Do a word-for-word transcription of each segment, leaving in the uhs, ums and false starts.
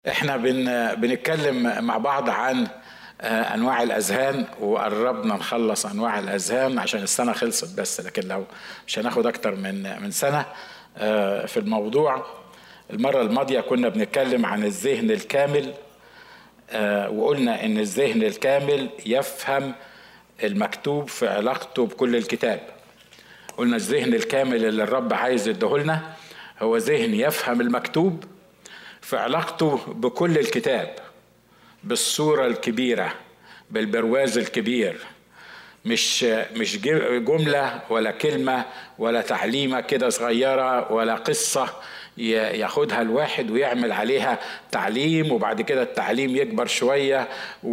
احنا بن بنتكلم مع بعض عن انواع الاذهان، وقربنا نخلص انواع الاذهان عشان السنه خلصت، بس لكن لو مش هناخد اكتر من من سنه في الموضوع. المره الماضيه كنا بنتكلم عن الذهن الكامل، وقلنا ان الذهن الكامل يفهم المكتوب في علاقته بكل الكتاب. قلنا الذهن الكامل اللي الرب عايز يديهولنا هو ذهن يفهم المكتوب في علاقته بكل الكتاب، بالصورة الكبيرة، بالبرواز الكبير، مش مش جملة ولا كلمة ولا تعليمة كده صغيرة ولا قصة ياخدها الواحد ويعمل عليها تعليم، وبعد كده التعليم يكبر شوية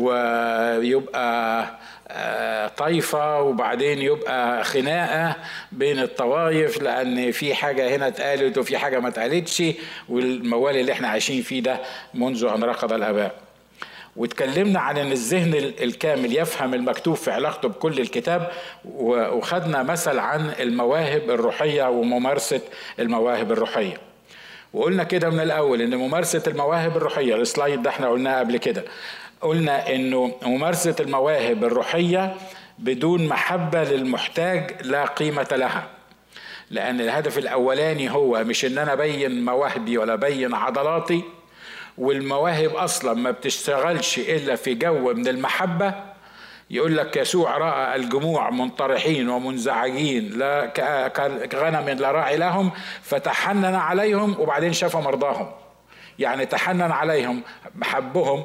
ويبقى طايفة، وبعدين يبقى خناقة بين الطوائف لأن في حاجة هنا اتقالت وفي حاجة ما اتقالتش، والموال اللي احنا عايشين فيه ده منذ أن رقد الآباء. واتكلمنا عن ان الذهن الكامل يفهم المكتوب في علاقته بكل الكتاب، وخدنا مثل عن المواهب الروحية وممارسة المواهب الروحية. وقلنا كده من الأول ان ممارسة المواهب الروحية، السلايد ده احنا قلناه قبل كده، قلنا انه ممارسة المواهب الروحية بدون محبة للمحتاج لا قيمة لها، لأن الهدف الأولاني هو مش ان انا ابين مواهبي ولا ابين عضلاتي، والمواهب أصلا ما بتشتغلش إلا في جو من المحبة. يقول لك يسوع رأى الجموع منطرحين ومنزعجين لا كغنم لا راعي لهم فتحنن عليهم، وبعدين شاف مرضاهم. يعني تحنن عليهم، حبهم،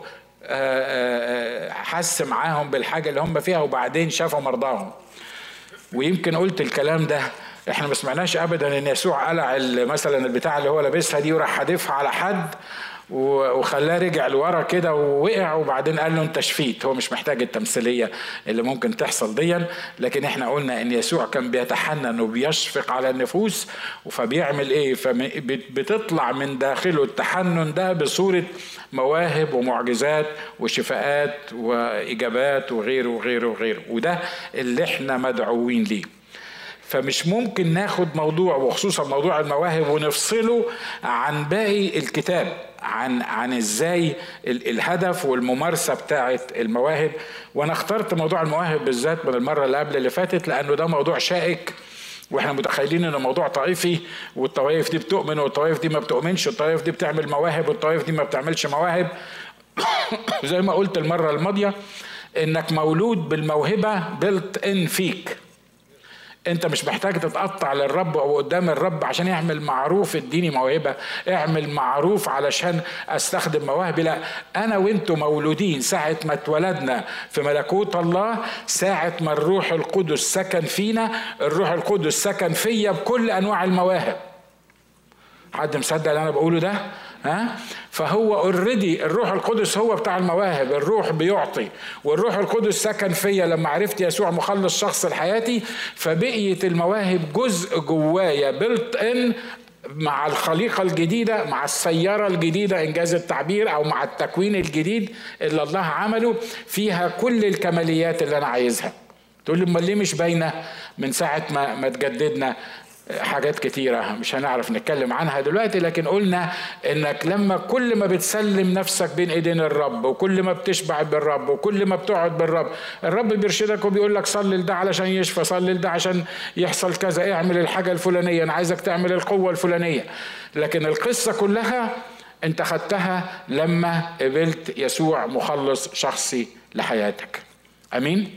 حس معاهم بالحاجة اللي هم فيها، وبعدين شاف مرضاهم. ويمكن قلت الكلام ده، احنا ما سمعناش ابدا ان يسوع قلع مثلا البتاع اللي هو لابسها دي وراح حادفها على حد وخلاه رجع لورا كده ووقع، وبعدين قال له انت شفيت. هو مش محتاج التمثيليه اللي ممكن تحصل ديا، لكن احنا قلنا ان يسوع كان بيتحنن وبيشفق على النفوس، فبيعمل ايه؟ فبتطلع من داخله التحنن ده بصوره مواهب ومعجزات وشفاءات واجابات وغيره وغيره وغيره، وده اللي احنا مدعوين ليه. فمش ممكن ناخد موضوع وخصوصا موضوع المواهب ونفصله عن باقي الكتاب، عن عن ازاي الهدف والممارسه بتاعه المواهب. وانا اخترت موضوع المواهب بالذات من المره اللي قبل اللي فاتت لانه ده موضوع شائك، واحنا متخيلين انه موضوع طائفي، والطوائف دي بتؤمن والطوائف دي ما بتؤمنش، والطوائف دي بتعمل مواهب والطوائف دي ما بتعملش مواهب. زي ما قلت المره الماضيه انك مولود بالموهبه بلت ان فيك، انت مش محتاج تتقطع للرب او قدام الرب عشان يعمل معروف اديني موهبة، اعمل معروف علشان استخدم مواهبي. لا، انا وانتم مولودين ساعة ما اتولدنا في ملكوت الله، ساعة ما الروح القدس سكن فينا. الروح القدس سكن فيا بكل انواع المواهب. حد مصدق اللي انا بقوله ده؟ ها؟ فهو اوريدي الروح القدس هو بتاع المواهب، الروح بيعطي، والروح القدس سكن فيا لما عرفت يسوع مخلص شخص لحياتي، فبقيت المواهب جزء جوايا بلت ان مع الخليقة الجديدة، مع السيارة الجديدة إنجاز التعبير، أو مع التكوين الجديد اللي الله عمله، فيها كل الكماليات اللي أنا عايزها. تقول لي امال ليه مش باينة؟ من ساعة ما ما تجددنا حاجات كتيرة مش هنعرف نتكلم عنها دلوقتي، لكن قلنا انك لما كل ما بتسلم نفسك بين ايدين الرب، وكل ما بتشبع بالرب، وكل ما بتقعد بالرب، الرب بيرشدك وبيقول لك صلي لده علشان يشفى، صلي لده عشان يحصل كذا، اعمل الحاجة الفلانية، انا عايزك تعمل القوة الفلانية. لكن القصة كلها انت خدتها لما قبلت يسوع مخلص شخصي لحياتك. امين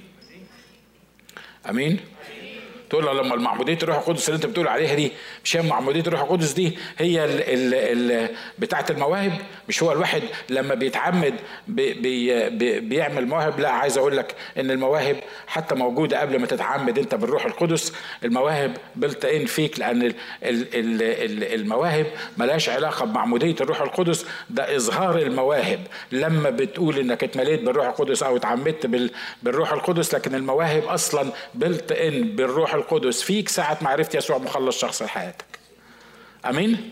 امين. تقول له لما المعمودية الروح القدس اللي انت بتقول عليها دي، مش هي معمودية الروح القدس دي هي ال ال ال بتاعة المواهب؟ مش هو الواحد لما بيتعمد بي بي بيعمل مواهب؟ لا، عايز اقول لك ان المواهب حتى موجودة قبل ما تتعمد انت بالروح القدس. المواهب بلتقين فيك، لان ال ال ال المواهب ملاش علاقة بمعمودية الروح القدس، ده اظهار المواهب لما بتقول انك اتمليت بالروح القدس او اتعمدت بالروح القدس. لكن المواهب اصلا بلتقين بالروح القدس فيك ساعة ما عرفت يسوع مخلص شخص لحياتك. امين.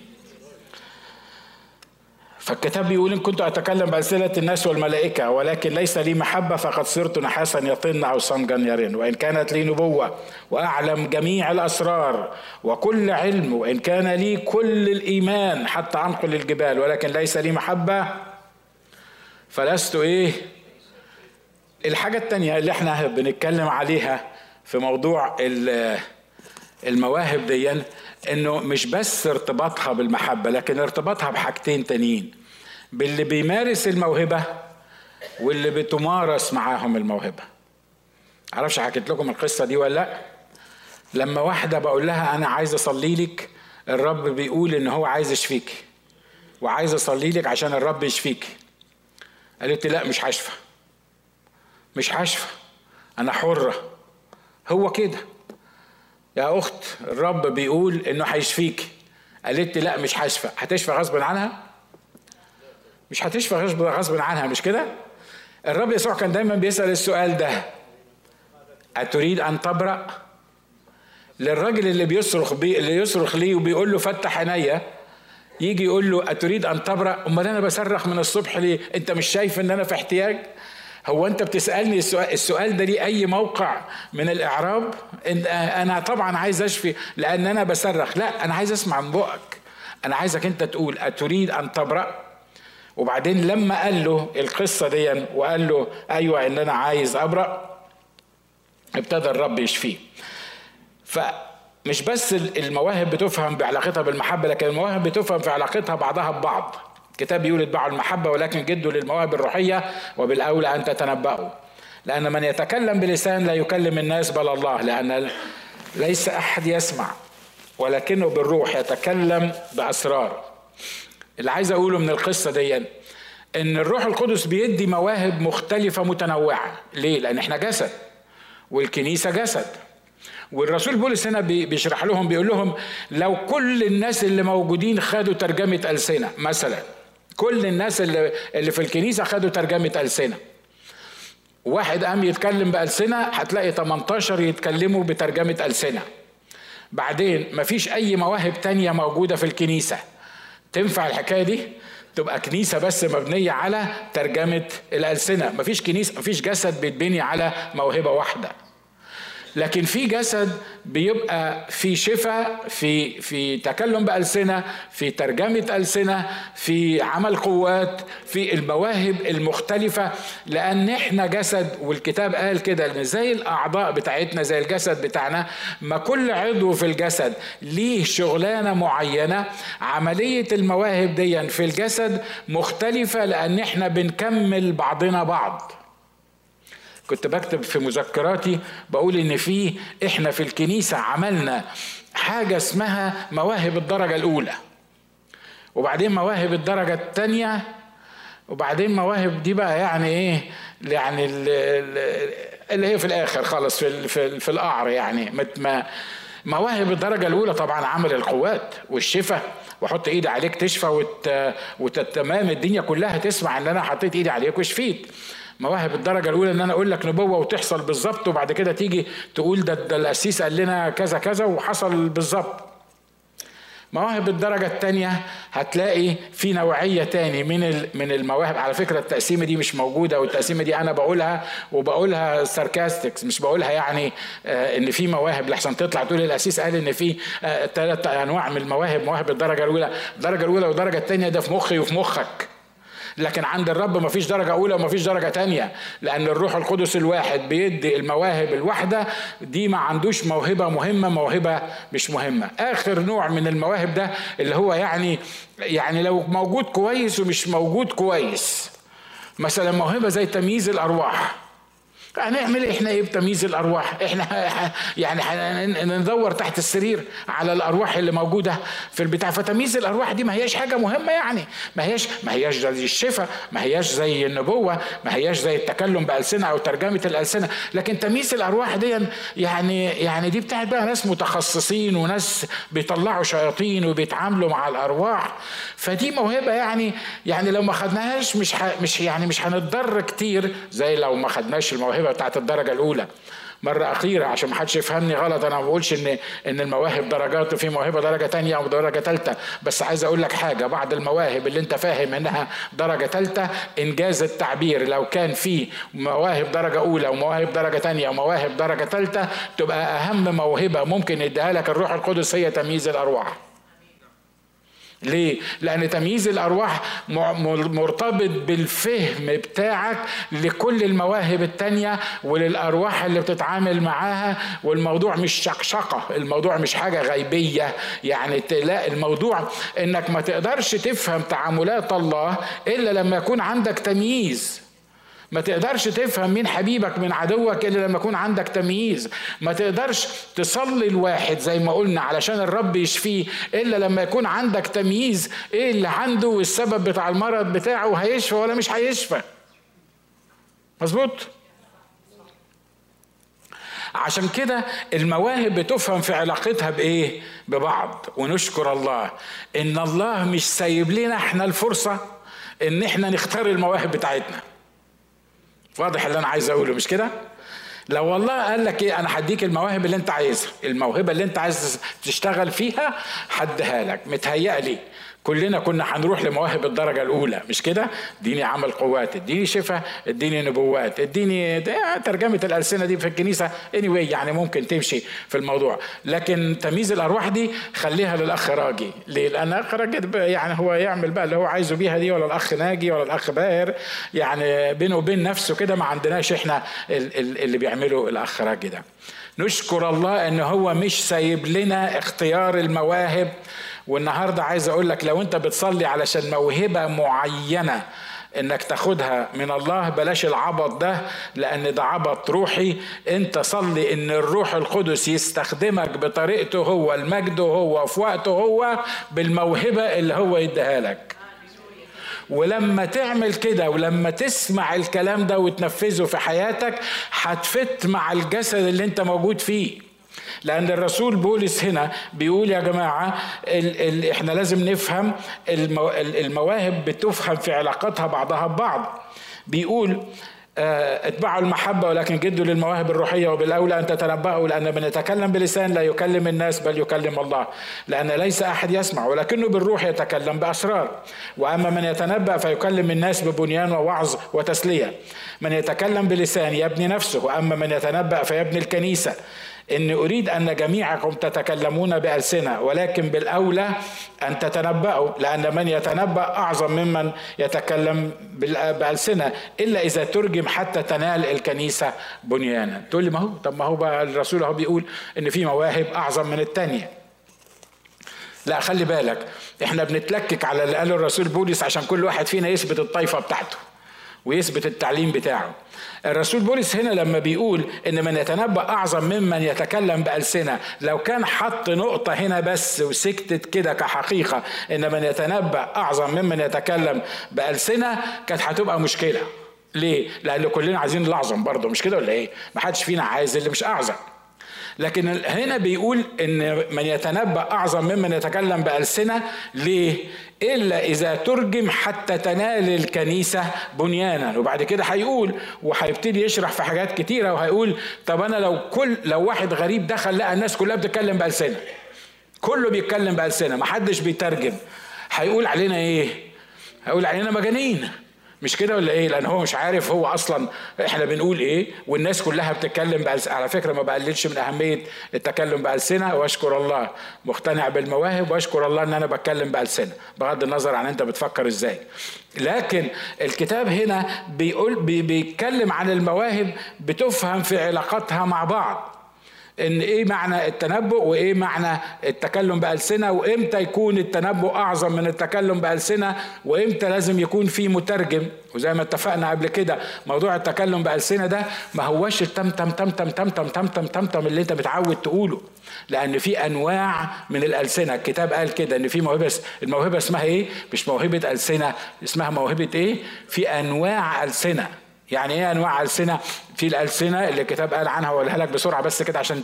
فالكتاب بيقول ان كنت اتكلم بألسنة الناس والملائكة ولكن ليس لي محبة فقد صرت نحاسا يطن او صمغا يرن. وان كانت لي نبوة واعلم جميع الاسرار وكل علم، وان كان لي كل الايمان حتى انقل الجبال، ولكن ليس لي محبة فلست ايه. الحاجة التانية اللي احنا بنتكلم عليها في موضوع المواهب دي، انه مش بس ارتباطها بالمحبة، لكن ارتباطها بحاجتين تانيين، باللي بيمارس الموهبة واللي بتمارس معاهم الموهبة. عرفش حكيت لكم القصة دي ولا لا؟ لما واحدة بقول لها انا عايز اصلي لك، الرب بيقول ان هو عايز يشفيك، وعايز اصلي لك عشان الرب يشفيك. قالت لي لا مش هشفى، مش هشفى، انا حرة. هو كده يا اخت، الرب بيقول انه هيشفيك. قالت لي لا مش هشفى. هتشفى غصب عنها؟ مش هتشفى غصب عنها، مش كده؟ الرب يسوع كان دايما بيسأل السؤال ده: أتريد أن تبرأ؟ للراجل اللي بيصرخ بي اللي يصرخ ليه وبيقول له فتح عينيا، يجي يقول له أتريد أن تبرأ؟ أمال أنا بصرخ من الصبح ليه؟ أنت مش شايف إن أنا في احتياج؟ هو أنت بتسألني السؤال, السؤال ده ليه أي موقع من الإعراب؟ أنا طبعا عايز أشفي لأن أنا بصرخ. لا، أنا عايز أسمع من بقك، أنا عايزك أنت تقول أتريد أن تبرأ. وبعدين لما قال له القصة دي وقال له أيوة إن أنا عايز أبرأ، ابتدى الرب يشفيه. فمش بس المواهب بتفهم بعلاقتها بالمحبة، لكن المواهب بتفهم في علاقتها بعضها ببعض. الكتاب بيقول اتبعوا المحبة ولكن جدوا للمواهب الروحية، وبالأولى أن تتنبأوا، لأن من يتكلم بلسان لا يكلم الناس بل الله، لأن ليس أحد يسمع ولكنه بالروح يتكلم بأسرار. اللي عايز أقوله من القصة دي إن الروح القدس بيدي مواهب مختلفة متنوعة. ليه؟ لأن إحنا جسد والكنيسة جسد. والرسول بولس هنا بيشرح لهم، بيقول لهم لو كل الناس اللي موجودين خدوا ترجمة ألسنة مثلا، كل الناس اللي, اللي في الكنيسة خدوا ترجمة ألسنة، واحد قام يتكلم بألسنة، هتلاقي ثمانية عشر يتكلموا بترجمة ألسنة. بعدين مفيش أي مواهب تانية موجودة في الكنيسة. تنفع الحكاية دي؟ تبقى كنيسة بس مبنية على ترجمة الألسنة. مفيش كنيسة، مفيش جسد بيتبني على موهبة واحدة، لكن في جسد بيبقى في شفاء، في في تكلم بألسنة، في ترجمة ألسنة، في عمل قوات، في المواهب المختلفة، لأن احنا جسد. والكتاب قال كده ان زي الأعضاء بتاعتنا زي الجسد بتاعنا، ما كل عضو في الجسد ليه شغلانة معينة. عملية المواهب دي في الجسد مختلفة لأن احنا بنكمل بعضنا بعض. كنت بكتب في مذكراتي بقول ان في احنا في الكنيسة عملنا حاجة اسمها مواهب الدرجة الاولى، وبعدين مواهب الدرجة الثانية، وبعدين مواهب دي بقى يعني ايه، يعني اللي هي في الاخر خالص في في, في القعر. يعني ما مواهب الدرجة الاولى طبعا عمل القوات والشفاء، واحط ايدي عليك تشفى وت... وتتمام الدنيا كلها تسمع ان انا حطيت ايدي عليك وشفيت. مواهب الدرجة الأولى إن أنا أقول لك نبوة وتحصل بالظبط، وبعد كده تيجي تقول ده, ده القسيس قال لنا كذا كذا وحصل بالظبط. مواهب الدرجة الثانية هتلاقي في نوعية تاني من من المواهب. على فكرة التقسيمة دي مش موجودة، والتقسيمة دي أنا بقولها وبقولها ساركاستكس، مش بقولها يعني آه إن في مواهب لحسن تطلع تقول القسيس قال إن في آه ثلاث أنواع من المواهب، مواهب الدرجة الأولى. الدرجة الأولى والدرجة الثانية ده في مخي وفي مخك، لكن عند الرب ما فيش درجة أولى وما فيش درجة تانية، لأن الروح القدس الواحد بيدي المواهب الواحدة دي، ما عندوش موهبة مهمة موهبة مش مهمة. آخر نوع من المواهب ده اللي هو يعني يعني لو موجود كويس ومش موجود كويس. مثلا موهبة زي تمييز الأرواح. هنعمل احنا ايه بتمييز الارواح؟ احنا يعني ندور تحت السرير على الارواح اللي موجوده في البتاع. فتمييز الارواح دي ما هياش حاجه مهمه، يعني ما هياش ما هياش زي الشفاء، ما هياش زي النبوه، ما هياش زي التكلم بالسنه او ترجمه الالسنه. لكن تمييز الارواح دي يعني يعني دي بتاعت بقى ناس متخصصين وناس بيطلعوا شياطين وبيتعاملوا مع الارواح. فدي موهبه يعني يعني لو ما خدناهاش مش مش يعني مش هنتضر كتير زي لو ما خدناش الموهبه بتاعت الدرجة الأولى. مرة أخيرة عشان ما حدش يفهمني غلط، أنا ما بقولش إن إن المواهب درجات وفي موهبة درجة تانية أو درجة تالتة، بس عايز أقول لك حاجة: بعض المواهب اللي أنت فاهم إنها درجة تالتة، إنجاز التعبير لو كان في مواهب درجة أولى ومواهب درجة تانية ومواهب درجة تالتة، تبقى أهم موهبة ممكن يديها لك الروح القدس هي تمييز الأرواح. ليه؟ لأن تمييز الأرواح مرتبط بالفهم بتاعك لكل المواهب التانية وللأرواح اللي بتتعامل معاها، والموضوع مش شقشقة، الموضوع مش حاجة غيبية يعني. لا، الموضوع إنك ما تقدرش تفهم تعاملات الله إلا لما يكون عندك تمييز. ما تقدرش تفهم مين حبيبك من عدوك إلا لما يكون عندك تمييز. ما تقدرش تصلي الواحد زي ما قلنا علشان الرب يشفيه إلا لما يكون عندك تمييز إيه اللي عنده والسبب بتاع المرض بتاعه، هيشفى ولا مش هيشفى. مظبوط؟ عشان كده المواهب بتفهم في علاقتها بإيه؟ ببعض. ونشكر الله إن الله مش سايب لنا احنا الفرصة إن احنا نختار المواهب بتاعتنا. واضح اللي انا عايز اقوله مش كده؟ لو والله قال لك ايه، انا هديك المواهب اللي انت عايزها، الموهبه اللي انت عايز تشتغل فيها هديها لك. متهيألي كلنا كنا هنروح لمواهب الدرجه الاولى مش كده؟ اديني عمل قوات، اديني شفاء، اديني نبوات، اديني ترجمه الالسنه دي في الكنيسه anyway يعني ممكن تمشي في الموضوع. لكن تمييز الارواح دي خليها للاخ راجي. ليه؟ لان الاخ راجي يعني هو يعمل بقى اللي هو عايزه بيها دي، ولا الاخ ناجي ولا الاخ باهر، يعني بينه وبين نفسه كده. ما عندناش احنا اللي بيعمله الاخ راجي ده. نشكر الله ان هو مش سايب لنا اختيار المواهب. والنهاردة عايز اقول لك لو انت بتصلي علشان موهبة معينة انك تاخدها من الله، بلاش العبط ده، لان ده عبط روحي. انت صلي ان الروح القدس يستخدمك بطريقته هو، المجد هو، في وقته هو، بالموهبة اللي هو يديها لك. ولما تعمل كده ولما تسمع الكلام ده وتنفذه في حياتك هتفت مع الجسد اللي انت موجود فيه. لأن الرسول بولس هنا بيقول يا جماعة ال ال احنا لازم نفهم المو المواهب بتفهم في علاقتها بعضها ببعض. بيقول اه اتبعوا المحبة ولكن جدوا للمواهب الروحية، وبالأولى أن تتنبأوا، لأن من يتكلم بلسان لا يكلم الناس بل يكلم الله، لأن ليس أحد يسمع ولكنه بالروح يتكلم بأسرار. وأما من يتنبأ فيكلم الناس ببنيان ووعظ وتسلية. من يتكلم بلسان يبني نفسه، وأما من يتنبأ فيبني الكنيسة. إني أريد أن جميعكم تتكلمون بألسنة، ولكن بالأولى أن تتنبأوا، لأن من يتنبأ أعظم ممن يتكلم بألسنة، إلا إذا ترجم حتى تنال الكنيسة بنيانا. تقول لي ما هو طب ما هو بقى الرسول هو بيقول إن في مواهب أعظم من التانية. لا، خلي بالك، إحنا بنتلكك على اللي قاله الرسول بولس عشان كل واحد فينا يثبت الطائفة بتاعته ويثبت التعليم بتاعه. الرسول بولس هنا لما بيقول ان من يتنبأ اعظم ممن يتكلم بألسنة، لو كان حط نقطة هنا بس وسكتت كده كحقيقة ان من يتنبأ اعظم ممن يتكلم بألسنة، كانت هتبقى مشكلة. ليه؟ لان كلنا عايزين الاعظم برضه مش كده ولا ايه؟ ما حدش فينا عايز اللي مش اعظم. لكن هنا بيقول ان من يتنبأ اعظم ممن يتكلم بألسنة. ليه؟ إلا إذا ترجم حتى تنال الكنيسة بنيانا. وبعد كده هيقول وهيبتدي يشرح في حاجات كتيرة، وهيقول طب أنا لو كل لو واحد غريب دخل لقى الناس كلها بتتكلم بألسنة، كله بيتكلم بألسنة، محدش بيترجم، هيقول علينا إيه؟ هيقول علينا مجانين مش كده ولا ايه؟ لان هو مش عارف هو اصلا احنا بنقول ايه، والناس كلها بتتكلم بألسنة. على فكره ما بقللش من اهميه التكلم بألسنة، واشكر الله مقتنع بالمواهب، واشكر الله ان انا بتكلم بألسنة بغض النظر عن انت بتفكر ازاي. لكن الكتاب هنا بيقول بي بيتكلم عن المواهب بتفهم في علاقتها مع بعض، ان ايه معنى التنبؤ وايه معنى التكلم بألسنة، وامتى يكون التنبؤ اعظم من التكلم بألسنة، وامتى لازم يكون في مترجم. وزي ما اتفقنا قبل كده موضوع التكلم بألسنة ده ما هوش التم تم تم تم تم تم تم تم تم تم اللي انت متعود تقوله، لان في انواع من الألسنة. الكتاب قال كده ان في موهبة، الموهبة اسمها ايه؟ مش موهبة ألسنة، اسمها موهبة ايه؟ في انواع ألسنة. يعني ايه انواع ألسنة؟ في الألسنة اللي الكتاب قال عنها، وقالها لك بسرعة بس كده عشان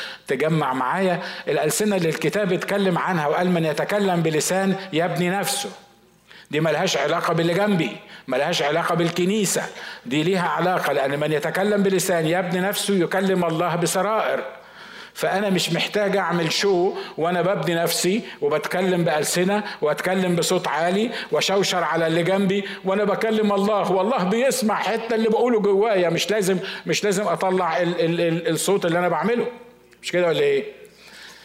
تجمع معايا. الألسنة اللي الكتاب اتكلم عنها وقال من يتكلم بلسان يبني نفسه، دي ملهاش علاقة باللي جنبي، ملهاش علاقة بالكنيسة، دي ليها علاقة، لأن من يتكلم بلسان يبني نفسه يكلم الله بسرائر. فأنا مش محتاج أعمل شو وأنا ببني نفسي وبتكلم بألسنة وأتكلم بصوت عالي وشوشر على اللي جنبي وأنا بكلم الله، والله بيسمع حتى اللي بقوله جوايا، مش لازم مش لازم أطلع ال ال ال الصوت اللي أنا بعمله، مش كده ولا إيه؟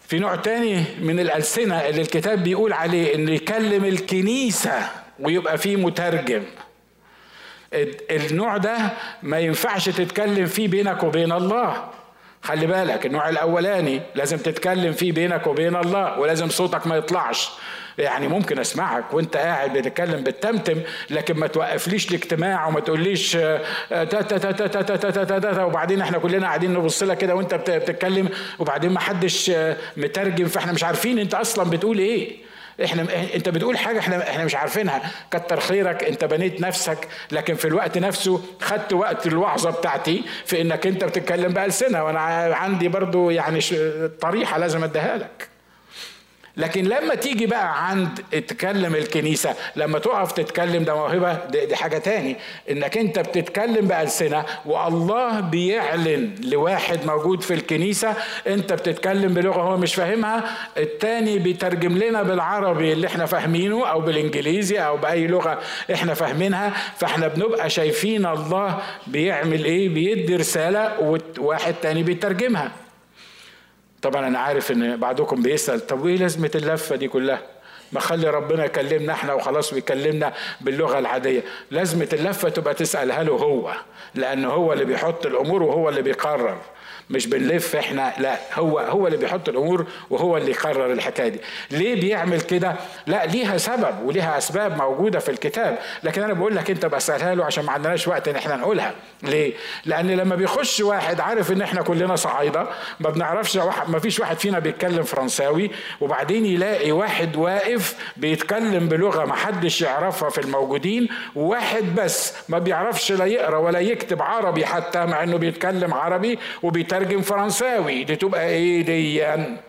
في نوع تاني من الألسنة اللي الكتاب بيقول عليه إنه يكلم الكنيسة ويبقى فيه مترجم. النوع ده ما ينفعش تتكلم فيه بينك وبين الله. خلي بالك، النوع الأولاني لازم تتكلم فيه بينك وبين الله، ولازم صوتك ما يطلعش. يعني ممكن اسمعك وانت قاعد بتتكلم بالتمتم، لكن ما توقفليش الاجتماع وما تقوليش تا تا تا تا تا تا تا تا، وبعدين احنا كلنا قاعدين نبص لك كده وانت بتتكلم، وبعدين ما حدش مترجم، فاحنا مش عارفين انت اصلا بتقول ايه. احنا انت بتقول حاجه احنا احنا مش عارفينها. كتر خيرك انت بنيت نفسك، لكن في الوقت نفسه خدت وقت الوعظه بتاعتي في انك انت بتتكلم بألسنة، وانا عندي برضو يعني طريحه لازم اديها لك. لكن لما تيجي بقى عند تكلم الكنيسة، لما تقف تتكلم، ده موهبة، دي حاجة تاني. انك انت بتتكلم بألسنة والله بيعلن لواحد موجود في الكنيسة، انت بتتكلم بلغة هو مش فاهمها، التاني بيترجم لنا بالعربي اللي احنا فاهمينه او بالانجليزي او بأي لغة احنا فاهمينها، فاحنا بنبقى شايفين الله بيعمل ايه، بيدي رسالة وواحد تاني بيترجمها. طبعا انا عارف ان بعضكم بيسأل طب ايه لازمة اللفة دي كلها؟ ما خلي ربنا يكلمنا احنا وخلاص ويكلمنا باللغة العادية. لازمة اللفة تبقى تسألها له هو، لان هو اللي بيحط الامور وهو اللي بيقرر، مش بنلف احنا، لا هو هو اللي بيحط الامور وهو اللي يقرر الحكايه دي. ليه بيعمل كده؟ لا ليها سبب وليها اسباب موجوده في الكتاب، لكن انا بقول لك انت بسالها له عشان ما عندناش وقت ان احنا نقولها. ليه؟ لان لما بيخش واحد عارف ان احنا كلنا صعايده، ما بنعرفش، ما فيش واحد فينا بيتكلم فرنساوي، وبعدين يلاقي واحد واقف بيتكلم بلغه ما حدش يعرفها في الموجودين، وواحد بس ما بيعرفش لا يقرا ولا يكتب عربي حتى، مع انه بيتكلم عربي وبيتكلم ترجم فرنساوي. دي تبقى ايه دي؟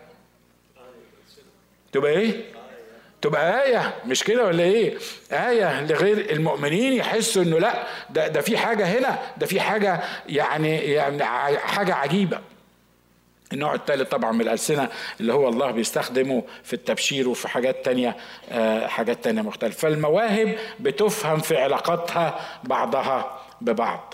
تبقى ايه؟ تبقى آية، مش كده ولا ايه؟ آية لغير المؤمنين يحسوا انه لا ده ده في حاجة هنا، ده في حاجة يعني يعني حاجة عجيبة. النوع الثالث طبعا من الألسنة اللي هو الله بيستخدمه في التبشير وفي حاجات تانية، حاجات تانية مختلفة. فالمواهب بتفهم في علاقتها بعضها ببعض.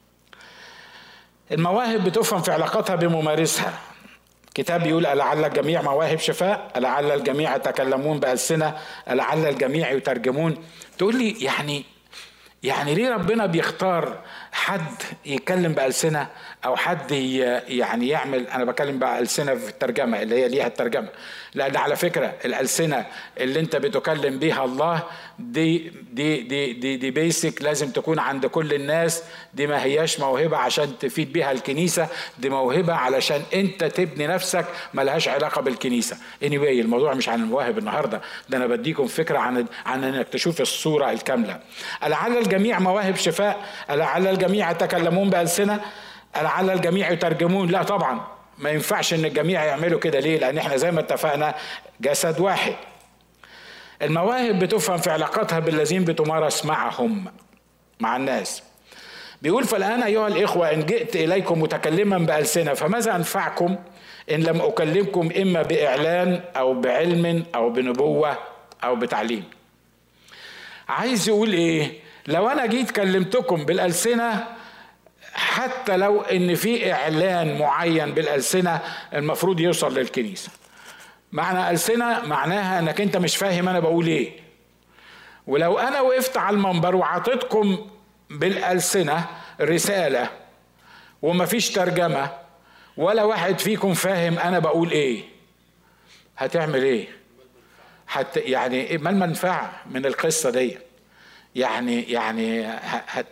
المواهب بتفهم في علاقتها بممارسها. كتاب يقول ألعل الجميع مواهب شفاء، ألعل الجميع يتكلمون بألسنة، ألعل الجميع يترجمون. تقول لي يعني يعني ليه ربنا بيختار حد يتكلم بألسنة أو حد يعني يعمل، أنا بكلم بألسنة في الترجمة اللي هي ليها الترجمة، لأن على فكرة الألسنة اللي أنت بتكلم بيها الله دي دي دي دي, دي بيسك لازم تكون عند كل الناس. دي ما هياش موهبة عشان تفيد بيها الكنيسة، دي موهبة علشان أنت تبني نفسك، ما لهاش علاقة بالكنيسة. anyway الموضوع مش عن المواهب النهاردة، ده أنا بديكم فكرة عن عن أنك تشوف الصورة الكاملة. ألعل الجميع مواهب شفاء، ألعل الجميع يتكلمون بألسنة، ألعل الجميع يترجمون. لا طبعا ما ينفعش ان الجميع يعملوا كده. ليه؟ لان احنا زي ما اتفقنا جسد واحد. المواهب بتفهم في علاقتها بالذين بتمارس معهم، مع الناس. بيقول فالآن أيها الإخوة إن جئت إليكم متكلما بألسنة فماذا أنفعكم إن لم أكلمكم إما بإعلان أو بعلم أو بنبوة أو بتعليم. عايز يقول إيه؟ لو أنا جيت كلمتكم بالألسنة، حتى لو ان في اعلان معين بالألسنة المفروض يوصل للكنيسة. معنى ألسنة معناها انك انت مش فاهم انا بقول ايه. ولو انا وقفت على المنبر وعطيتكم بالألسنة رسالة وما فيش ترجمة ولا واحد فيكم فاهم انا بقول ايه، هتعمل ايه؟ حتى يعني ما المنفعة من القصة دي؟ يعني يعني هت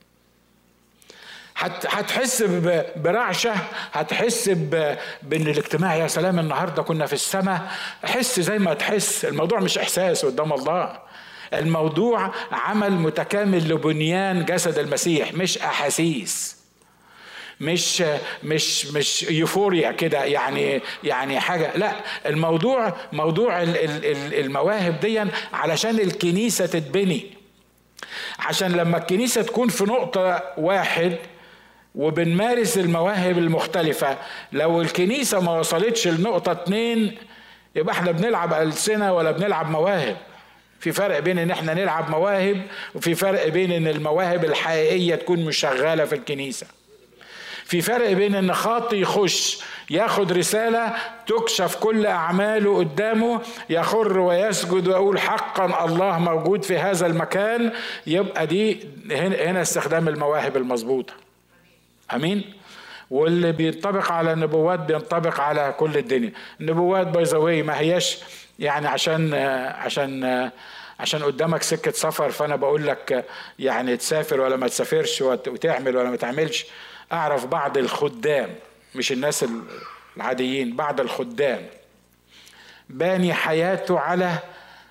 هتحس برعشة، هتحس بان الاجتماع يا سلام النهاردة كنا في السماء. حس زي ما تحس. الموضوع مش احساس قدام الله، الموضوع عمل متكامل لبنيان جسد المسيح، مش احاسيس، مش مش مش يوفوريا كده يعني يعني حاجة. لا، الموضوع موضوع المواهب دي علشان الكنيسة تتبني، عشان لما الكنيسة تكون في نقطة واحد وبنمارس المواهب المختلفة. لو الكنيسة ما وصلتش لنقطة اتنين يبقى احنا بنلعب ألسنة ولا بنلعب مواهب. في فرق بين ان احنا نلعب مواهب وفي فرق بين ان المواهب الحقيقية تكون مش شغالة في الكنيسة. في فرق بين ان خاطي يخش ياخد رسالة تكشف كل اعماله قدامه، يخر ويسجد ويقول حقا الله موجود في هذا المكان، يبقى دي هنا استخدام المواهب المظبوطة. امين. واللي بينطبق على النبوات بينطبق على كل الدنيا. النبوات باي ما هياش يعني عشان عشان عشان قدامك سكة سفر فانا بقول لك يعني تسافر ولا ما تسافرش وتعمل ولا ما تعملش. اعرف بعض الخدام، مش الناس العاديين، بعض الخدام باني حياته على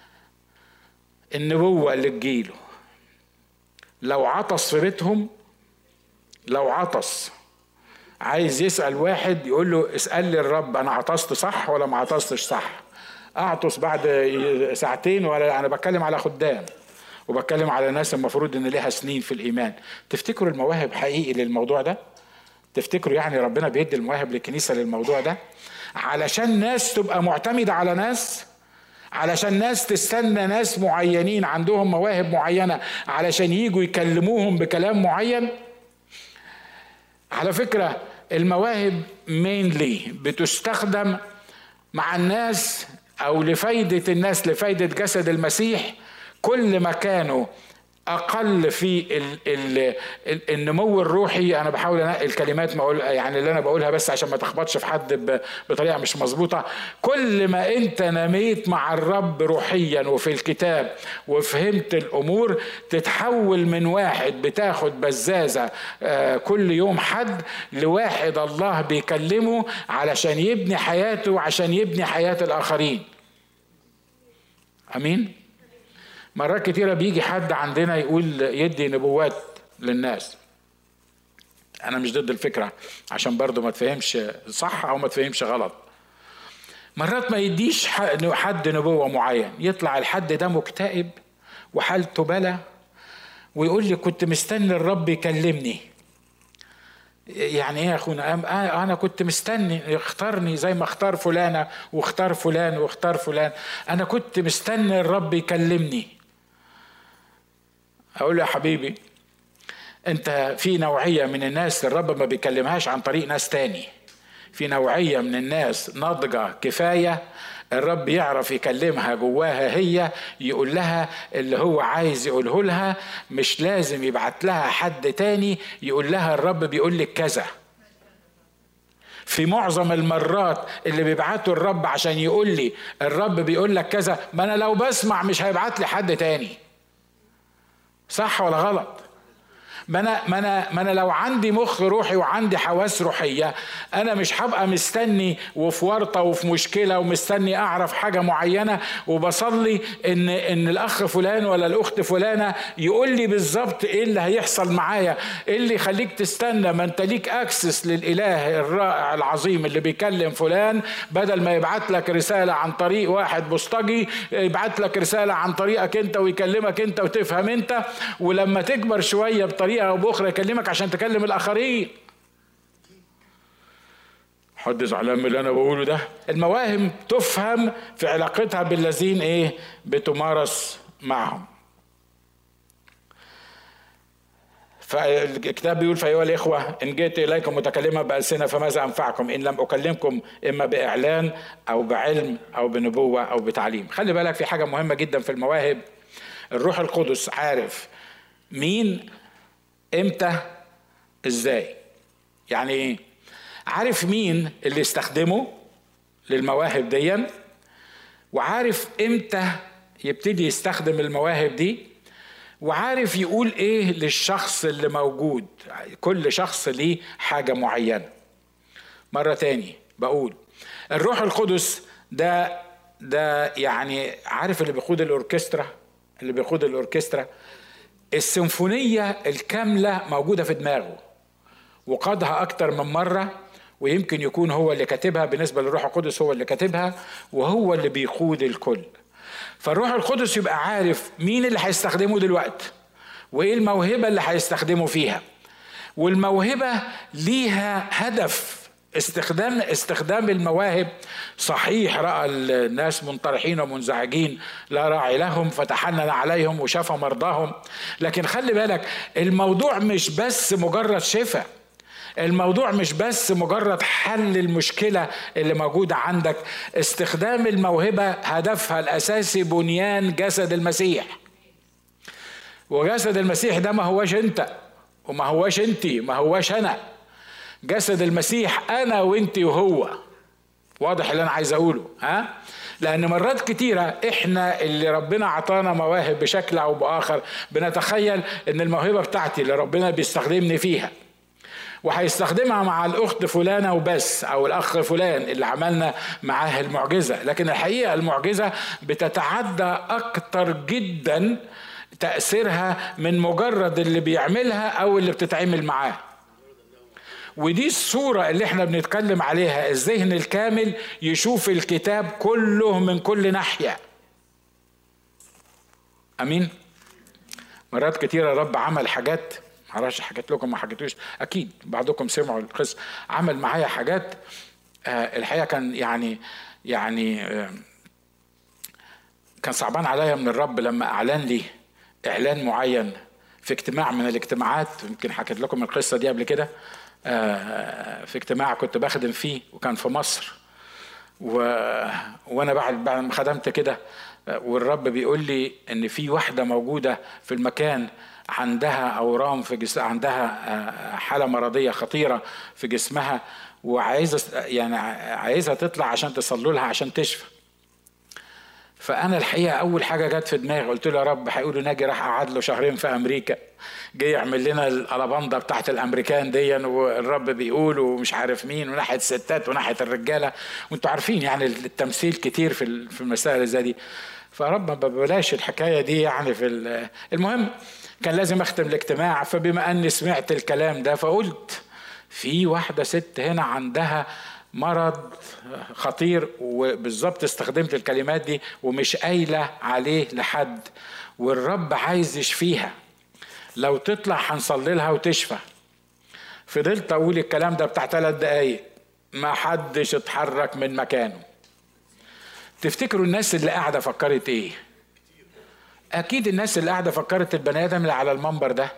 النبوة اللي تجيله. لو عطس في بيتهم، لو عطس عايز يسأل واحد يقول له اسأل لي الرب انا عطست صح ولا ما عطستش صح. اعطس بعد ساعتين. ولا انا بتكلم على خدام وبتكلم على ناس المفروض ان ليها سنين في الايمان. تفتكروا المواهب حقيقي للموضوع ده؟ تفتكروا يعني ربنا بيدي المواهب للكنيسة للموضوع ده علشان ناس تبقى معتمدة على ناس، علشان ناس تستنى ناس معينين عندهم مواهب معينة علشان ييجوا يكلموهم بكلام معين؟ على فكرة المواهب مينلي بتستخدم مع الناس او لفايدة الناس، لفايدة جسد المسيح. كل ما كانوا اقل في ال ال ال النمو الروحي، انا بحاول انقي الكلمات ما اقول يعني اللي انا بقولها بس عشان ما تخبطش في حد بطريقه مش مظبوطه. كل ما انت نميت مع الرب روحيا وفي الكتاب وفهمت الامور، تتحول من واحد بتاخد بزازه كل يوم حد لواحد الله بيكلمه علشان يبني حياته وعشان يبني حياه الاخرين. امين. مرات كتيرة بيجي حد عندنا يقول يدي نبوات للناس. أنا مش ضد الفكرة عشان برضو ما تفهمش صح أو ما تفهمش غلط. مرات ما يديش حد نبوة معين، يطلع الحد ده مكتئب وحالته بلا ويقول لي كنت مستني الرب يكلمني. يعني ايه يا اخونا؟ انا كنت مستني اختارني زي ما اختار فلانة واختار فلان واختار فلان. انا كنت مستني الرب يكلمني. اقول له يا حبيبي انت في نوعية من الناس الرب ما بيكلمهاش عن طريق ناس تاني. في نوعية من الناس ناضجة كفاية الرب يعرف يكلمها جواها، هي يقول لها اللي هو عايز يقوله لها، مش لازم يبعت لها حد تاني يقول لها الرب بيقول لك كذا. في معظم المرات اللي بيبعتوا الرب عشان يقول لي الرب بيقول لك كذا، ما انا لو بسمع مش هيبعت لي حد تاني. صح ولا غلط؟ ما انا ما انا ما انا لو عندي مخ روحي وعندي حواس روحيه، انا مش هبقى مستني وفي ورطه وفي مشكله ومستني اعرف حاجه معينه وبصلي ان ان الاخ فلان ولا الاخت فلانه يقول لي بالظبط ايه اللي هيحصل معايا. ايه اللي يخليك تستنى؟ ما انت ليك اكسس للاله الرائع العظيم اللي بيكلم فلان، بدل ما يبعت لك رساله عن طريق واحد بوسطجي يبعت لك رساله عن طريقك انت ويكلمك انت وتفهم انت، ولما تكبر شويه بطريقه او باخرى يكلمك عشان تكلم الاخرين. حد زعلان من اللي انا بقوله ده؟ المواهب تفهم في علاقتها بالذين ايه بتمارس معهم. فالكتاب بيقول فايها الاخوه ان جئت اليكم متكلما بالسنه فماذا انفعكم ان لم اكلمكم اما باعلان او بعلم او بنبوه او بتعليم. خلي بالك في حاجه مهمه جدا في المواهب. الروح القدس عارف مين امتى ازاي. يعني ايه؟ عارف مين اللي يستخدمه للمواهب دي، وعارف امتى يبتدي يستخدم المواهب دي، وعارف يقول ايه للشخص اللي موجود. كل شخص ليه حاجة معينة. مرة تاني بقول الروح القدس ده ده يعني عارف اللي بيقود الأوركسترا، اللي بيقود الأوركسترا السيمفونية الكاملة موجودة في دماغه وقادها أكتر من مرة، ويمكن يكون هو اللي كاتبها. بالنسبة للروح القدس هو اللي كاتبها وهو اللي بيقود الكل. فالروح القدس يبقى عارف مين اللي هيستخدمه دلوقتي وإيه الموهبة اللي هيستخدمه فيها، والموهبة ليها هدف. استخدام استخدام المواهب صحيح رأى الناس منطرحين ومنزعجين لا راعي لهم فتحنن عليهم وشفى مرضاهم، لكن خلي بالك الموضوع مش بس مجرد شفاء. الموضوع مش بس مجرد حل المشكلة اللي موجودة عندك، استخدام الموهبة هدفها الأساسي بنيان جسد المسيح. وجسد المسيح ده ما هواش انت وما هواش انتي، ما هواش انا. جسد المسيح انا وانتي وهو. واضح اللي انا عايز اقوله؟ ها؟ لان مرات كتيرة احنا اللي ربنا عطانا مواهب بشكل او باخر بنتخيل ان الموهبة بتاعتي اللي ربنا بيستخدمني فيها وهيستخدمها مع الاخت فلانة وبس، او الاخ فلان اللي عملنا معاه المعجزة. لكن الحقيقة المعجزة بتتعدى اكتر جدا تأثيرها من مجرد اللي بيعملها او اللي بتتعمل معاه. ودي الصورة اللي احنا بنتكلم عليها، الذهن الكامل يشوف الكتاب كله من كل ناحية. امين. مرات كتيرة رب عمل حاجات، معرفش حكيت لكم ما حكيتوش، اكيد بعضكم سمعوا القصة. عمل معايا حاجات آه الحقيقة كان يعني يعني آه كان صعبان عليا من الرب لما اعلن لي اعلان معين في اجتماع من الاجتماعات. يمكن حكيت لكم القصة دي قبل كده. في اجتماع كنت بخدم فيه وكان في مصر، و... وانا بعد بعد ما خدمت كده والرب بيقول لي ان في واحده موجوده في المكان عندها اورام في جسمها، عندها حاله مرضيه خطيره في جسمها، وعايزه يعني عايزها تطلع عشان تصلوا لها عشان تشفى. فانا الحقيقه اول حاجه جت في دماغي قلت له يا رب هيقولوا ناجي راح قعد له شهرين في امريكا، جاي يعمل لنا الالاباندا بتاعت الامريكان دي، والرب بيقول ومش عارف مين، وناحيه الستات وناحيه الرجاله، وانتوا عارفين يعني التمثيل كتير في في المسائل زي دي. فرب ما بلاش الحكايه دي يعني. في المهم كان لازم اختم الاجتماع، فبما اني سمعت الكلام ده فقلت في واحده ست هنا عندها مرض خطير، وبالظبط استخدمت الكلمات دي، ومش قايله عليه لحد، والرب عايز يشفيها، لو تطلع هنصلي لها وتشفى. فضلت اقول الكلام ده بتاع ثلاث دقايق ما حدش اتحرك من مكانه. تفتكروا الناس اللي قاعده فكرت ايه؟ اكيد الناس اللي قاعده فكرت البني ادم اللي على المنبر ده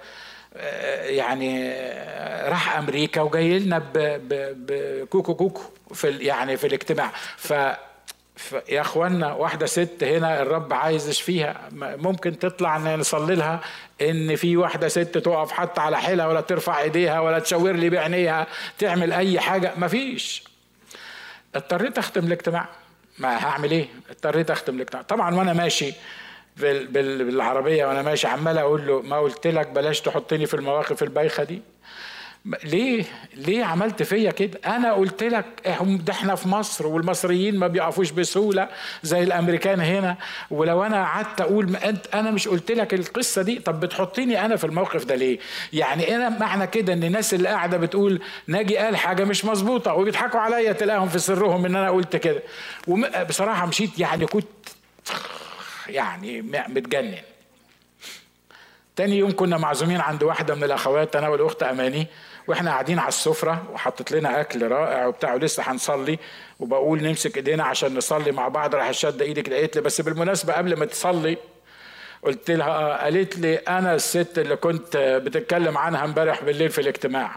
يعني راح امريكا وجاي لنا بكوكو كوكو في يعني في الاجتماع. ف يا اخوانا واحده ست هنا الرب عايز يشفيها، ممكن تطلع نصلي لها ان في واحده ست تقف حتى على حيلها ولا ترفع ايديها ولا تشاور لي بعينيها تعمل اي حاجه؟ مفيش. اضطريت اختم الاجتماع. ما هعمل ايه؟ اضطريت اختم الاجتماع. طبعا وانا ماشي بالعربيه وانا ماشي عمال اقول له ما قلت لك بلاش تحطني في المواقف البايخه دي؟ ليه ليه عملت فيا كده؟ انا قلت لك ده احنا في مصر والمصريين ما بيقفوش بسهوله زي الامريكان هنا، ولو انا قعدت اقول انت انا مش قلت لك القصه دي؟ طب بتحطيني انا في الموقف ده ليه؟ يعني انا معنى كده ان الناس اللي قاعده بتقول ناجي قال حاجه مش مظبوطه وبيضحكوا عليا تلاقيهم في سرهم ان انا قلت كده. وبصراحه مشيت يعني كنت يعني متجنن. تاني يوم كنا معزومين عند واحده من الاخوات انا والاخت اماني، واحنا قاعدين على السفره وحطت لنا اكل رائع وبتاع ولسه هنصلي، وبقول نمسك ايدينا عشان نصلي مع بعض، راح شد ايدي كده قالت لي بس بالمناسبه قبل ما تصلي. قلت لها اه. قالت لي انا الست اللي كنت بتتكلم عنها امبارح بالليل في الاجتماع.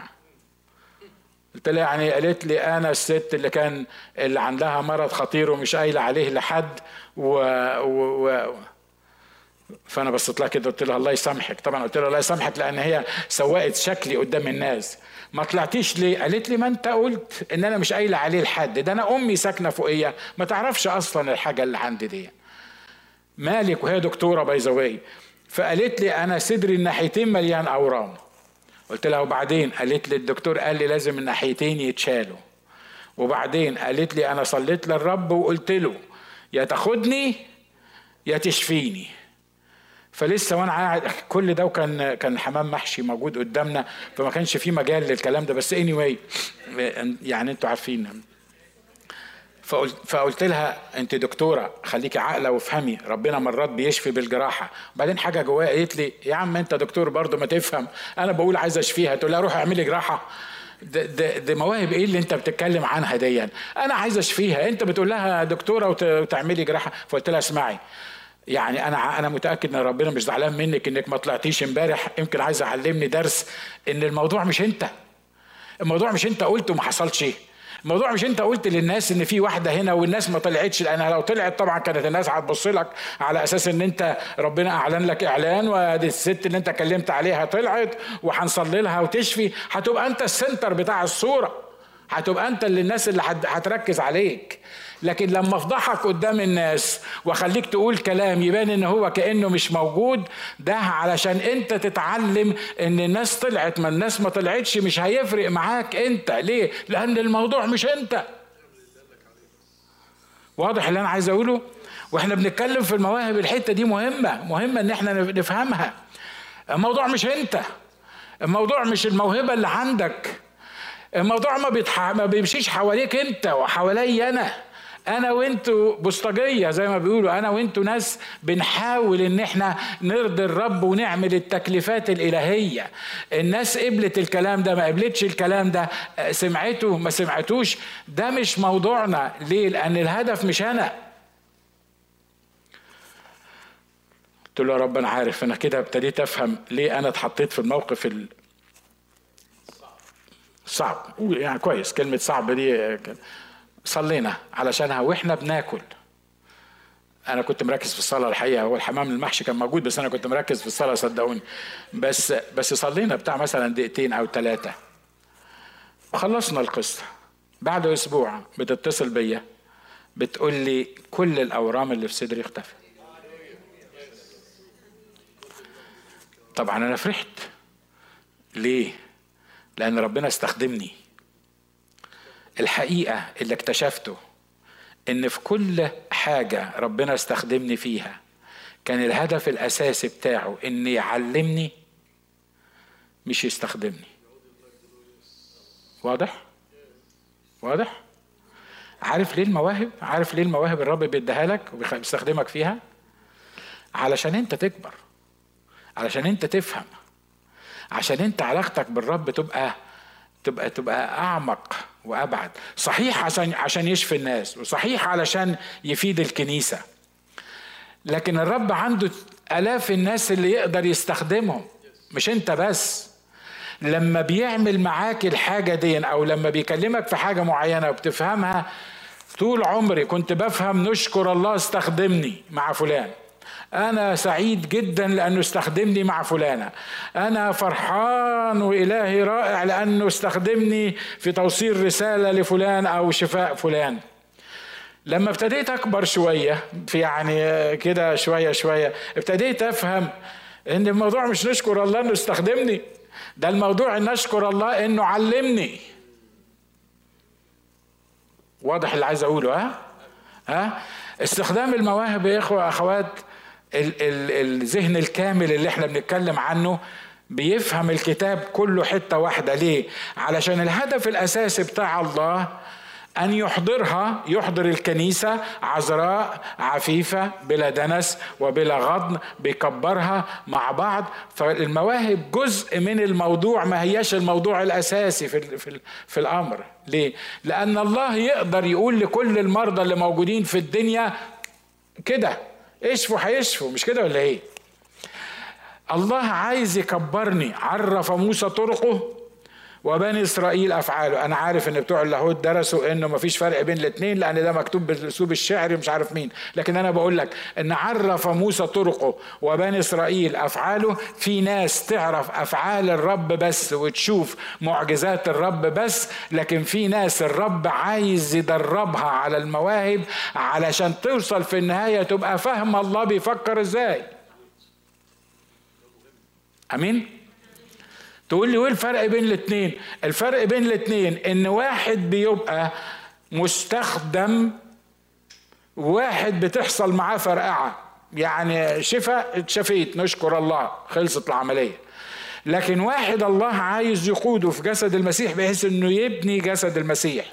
قلت لها يعني؟ قالت لي انا الست اللي كان اللي عندها مرض خطير ومش قايله عليه لحد و, و... و... فانا بصيت لها كده قلت لها الله يسامحك. طبعا قلت لها الله يسامحك لان هي سوقت شكلي قدام الناس. ما طلعتيش ليه؟ قالت لي ما انت قلت ان انا مش قايله عليه لحد، ده انا امي ساكنه فوقيه ما تعرفش اصلا الحاجه اللي عندي دي. مالك؟ وهي دكتوره بايزاوي. فقالت لي انا صدري الناحيتين مليان اورام. قلت لها وبعدين؟ قالت لي الدكتور قال لي لازم الناحيتين يتشالوا. وبعدين؟ قالت لي انا صليت للرب وقلت له يا تاخدني يا تشفيني. فلسه وانا قاعد كل ده، وكان كان حمام محشي موجود قدامنا، فما كانش في مجال للكلام ده، بس anyway يعني انتوا عارفين. فقلت, فقلت لها انت دكتوره خليكي عاقله وافهمي، ربنا مرات بيشفي بالجراحه. بعدين حاجه جوايا قالت لي يا عم انت دكتور برضه ما تفهم، انا بقول عايزه اشفيها تقول لها روحي اعملي جراحه؟ ده, ده, ده مواهب ايه اللي انت بتتكلم عنها دي؟ انا عايزه اشفيها، انت بتقول لها دكتوره وتعملي جراحه؟ فقلت لها اسمعي، يعني انا انا متاكد ان ربنا مش زعلان منك انك ما طلعتيش امبارح، يمكن عايز اعلمني درس ان الموضوع مش انت، الموضوع مش انت قلت وما حصلش. الموضوع مش انت قلت للناس ان في واحده هنا والناس ما طلعتش، لانها لو طلعت طبعا كانت الناس هتبص لك على اساس ان انت ربنا اعلن لك اعلان، وادي الست اللي انت كلمت عليها طلعت وهنصلي لها وتشفي، هتبقى انت السنتر بتاع الصوره، هتبقى انت اللي الناس اللي هتركز عليك. لكن لما افضحك قدام الناس واخليك تقول كلام يبان ان هو كأنه مش موجود، ده علشان انت تتعلم ان الناس طلعت ما الناس ما طلعتش مش هيفرق معاك انت. ليه؟ لان الموضوع مش انت. واضح اللي انا عايز اقوله؟ واحنا بنتكلم في المواهب الحتة دي مهمة مهمة ان احنا نفهمها. الموضوع مش انت، الموضوع مش الموهبة اللي عندك، الموضوع ما, بيتح... ما بيمشيش حواليك انت وحوالي انا. انا وانتوا بوسطجيه زي ما بيقولوا، انا وانتوا ناس بنحاول ان احنا نرضي الرب ونعمل التكليفات الالهيه. الناس قبلت الكلام ده ما قبلتش الكلام ده، سمعته ما سمعتوش، ده مش موضوعنا. ليه؟ لان الهدف مش انا. قلت له يا رب انا عارف، انا كده ابتديت افهم ليه انا اتحطيت في الموقف ال صعب. يعني كويس كلمة صعب دي صلينا علشانها واحنا بناكل. انا كنت مركز في الصلاة الحقيقة، هو الحمام المحشي كان موجود بس انا كنت مركز في الصلاة صدقوني. بس بس صلينا بتاع مثلا دقيقتين او ثلاثة وخلصنا القصة. بعد اسبوع بتتصل بيا بتقول لي كل الاورام اللي في صدري اختفت. طبعا انا فرحت. ليه؟ لأن ربنا استخدمني. الحقيقة اللي اكتشفته إن في كل حاجة ربنا استخدمني فيها كان الهدف الأساسي بتاعه إن يعلمني مش يستخدمني. واضح؟ واضح؟ عارف ليه المواهب؟ عارف ليه المواهب الرب بيديها لك وبيستخدمك فيها؟ علشان أنت تكبر، علشان أنت تفهم، عشان انت علاقتك بالرب تبقى تبقى تبقى اعمق وابعد. صحيح عشان عشان يشفي الناس، وصحيح علشان يفيد الكنيسة، لكن الرب عنده الاف الناس اللي يقدر يستخدمهم، مش انت بس. لما بيعمل معاك الحاجة دي او لما بيكلمك في حاجة معينة وبتفهمها، طول عمري كنت بفهم نشكر الله استخدمني مع فلان، أنا سعيد جدا لأنه استخدمني مع فلانة، أنا فرحان وإلهي رائع لأنه استخدمني في توصيل رسالة لفلان أو شفاء فلان. لما ابتديت أكبر شوية في يعني كده شوية شوية ابتديت أفهم إن الموضوع مش نشكر الله إنه استخدمني، ده الموضوع إن نشكر الله إنه علمني. واضح اللي عايز أقوله؟ ها؟ ها؟ استخدام المواهب يا إخوة أخوات، الذهن الكامل اللي احنا بنتكلم عنه بيفهم الكتاب كله حتة واحدة. ليه؟ علشان الهدف الأساسي بتاع الله أن يحضرها، يحضر الكنيسة عذراء عفيفة بلا دنس وبلا غضن، بيكبرها مع بعض. فالمواهب جزء من الموضوع، ما هياش الموضوع الأساسي في, في, في الأمر. ليه؟ لأن الله يقدر يقول لكل المرضى اللي موجودين في الدنيا كده اشفوا هيشفوا، مش كده ولا ايه؟ الله عايز يكبرني. عرف موسى طرقه وبني اسرائيل افعاله. انا عارف ان بتوع اللاهوت درسوا انه مفيش فرق بين الاثنين لان ده مكتوب بالاسلوب الشعري مش عارف مين، لكن انا بقول لك ان عرف موسى طرقه وبني اسرائيل افعاله. في ناس تعرف افعال الرب بس وتشوف معجزات الرب بس، لكن في ناس الرب عايز يدربها على المواهب علشان توصل في النهاية تبقى فاهم الله بيفكر ازاي. امين؟ تقول لي ايه الفرق بين الاثنين؟ الفرق بين الاثنين ان واحد بيبقى مستخدم، وواحد بتحصل معاه فرقعة، يعني شفاء اتشفيت نشكر الله خلصت العملية. لكن واحد الله عايز يقوده في جسد المسيح بحيث انه يبني جسد المسيح.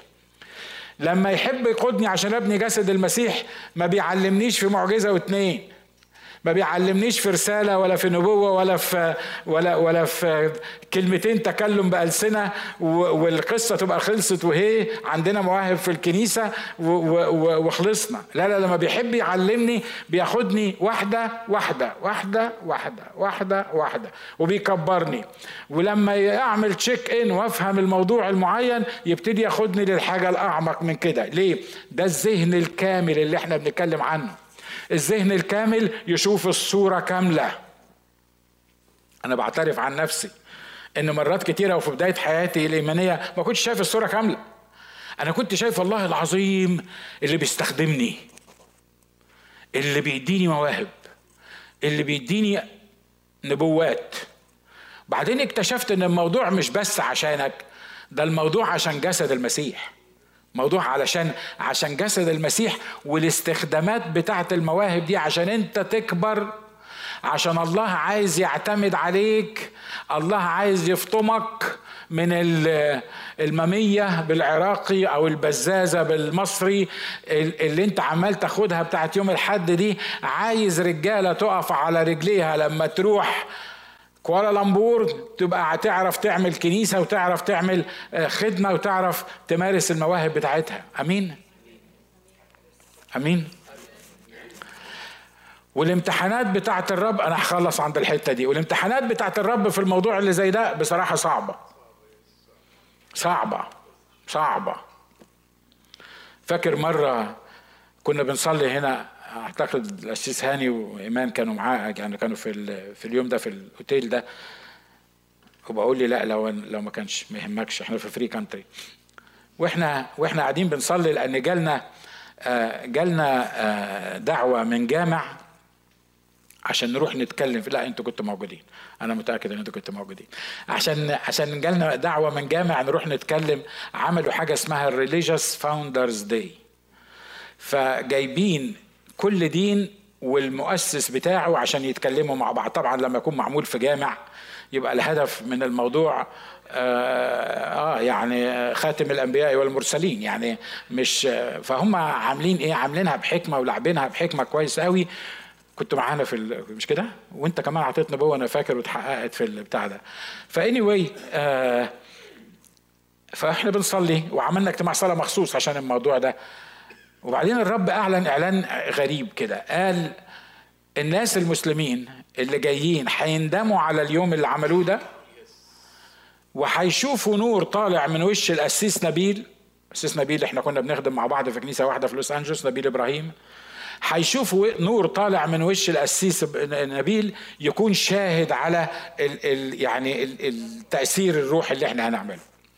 لما يحب يقودني عشان ابني جسد المسيح ما بيعلمنيش في معجزة واثنين، ما بيعلمنيش في رسالة ولا في نبوة ولا في ولا ولا في كلمتين تكلم بألسنة والقصة تبقى خلصت وهي عندنا مواهب في الكنيسة وخلصنا. لا لا لما بيحب يعلمني بياخدني واحدة واحدة واحدة واحدة واحدة واحدة وبيكبرني، ولما أعمل تشيك إن وأفهم الموضوع المعين يبتدي ياخدني للحاجة الأعمق من كده. ليه؟ ده الذهن الكامل اللي احنا بنتكلم عنه. الذهن الكامل يشوف الصورة كاملة. أنا بعترف عن نفسي إن مرات كتيرة وفي بداية حياتي الإيمانية ما كنتش شايف الصورة كاملة. أنا كنت شايف الله العظيم اللي بيستخدمني، اللي بيديني مواهب، اللي بيديني نبوات. بعدين اكتشفت إن الموضوع مش بس عشانك، ده الموضوع عشان جسد المسيح. موضوع علشان عشان جسد المسيح، والاستخدامات بتاعت المواهب دي عشان انت تكبر، عشان الله عايز يعتمد عليك. الله عايز يفطمك من المامية بالعراقي او البزازة بالمصري اللي انت عمال تاخدها بتاعت يوم الحد دي. عايز رجالة تقف على رجليها لما تروح كوالالمبور تبقى تعرف تعمل كنيسة وتعرف تعمل خدمة وتعرف تمارس المواهب بتاعتها. أمين أمين. والامتحانات بتاعت الرب، أنا هخلص عند الحتة دي، والامتحانات بتاعت الرب في الموضوع اللي زي ده بصراحة صعبة صعبة صعبة. فاكر مرة كنا بنصلي هنا، اعتقد الأسيس هاني وإيمان كانوا معاه، يعني كانوا في في اليوم ده في الأوتيل ده، وبقول لي لا لو لو ما كانش ما يهمكش احنا في فري كانتري، واحنا واحنا قاعدين بنصلي لأن جالنا جالنا دعوة من جامع عشان نروح نتكلم في، لا انتوا كنتوا موجودين، انا متاكد ان انتوا كنتوا موجودين، عشان عشان جالنا دعوة من جامع نروح نتكلم. عملوا حاجة اسمها الريليجيوس فاوندرز داي، فجايبين كل دين والمؤسس بتاعه عشان يتكلموا مع بعض. طبعا لما يكون معمول في جامع يبقى الهدف من الموضوع آه, اه يعني خاتم الانبياء والمرسلين، يعني مش فهم عاملين ايه، عاملينها بحكمه ولعبينها بحكمه كويس قوي. كنت معانا في مش كده، وانت كمان عطيت نبوه انا فاكر واتحققت في البتاع ده. فاني واي آه فاحنا بنصلي وعملنا اجتماع صلاه مخصوص عشان الموضوع ده. وبعدين الرب اعلن اعلان غريب كده، قال الناس المسلمين اللي جايين هيندموا على اليوم اللي عملوه ده، وهيشوفوا نور طالع من وش القسيس نبيل. القسيس نبيل احنا كنا بنخدم مع بعض في كنيسه واحده في لوس انجلوس، نبيل ابراهيم. هيشوفوا نور طالع من وش القسيس نبيل يكون شاهد على ال ال يعني ال التأثير الروحي اللي احنا هنعمله.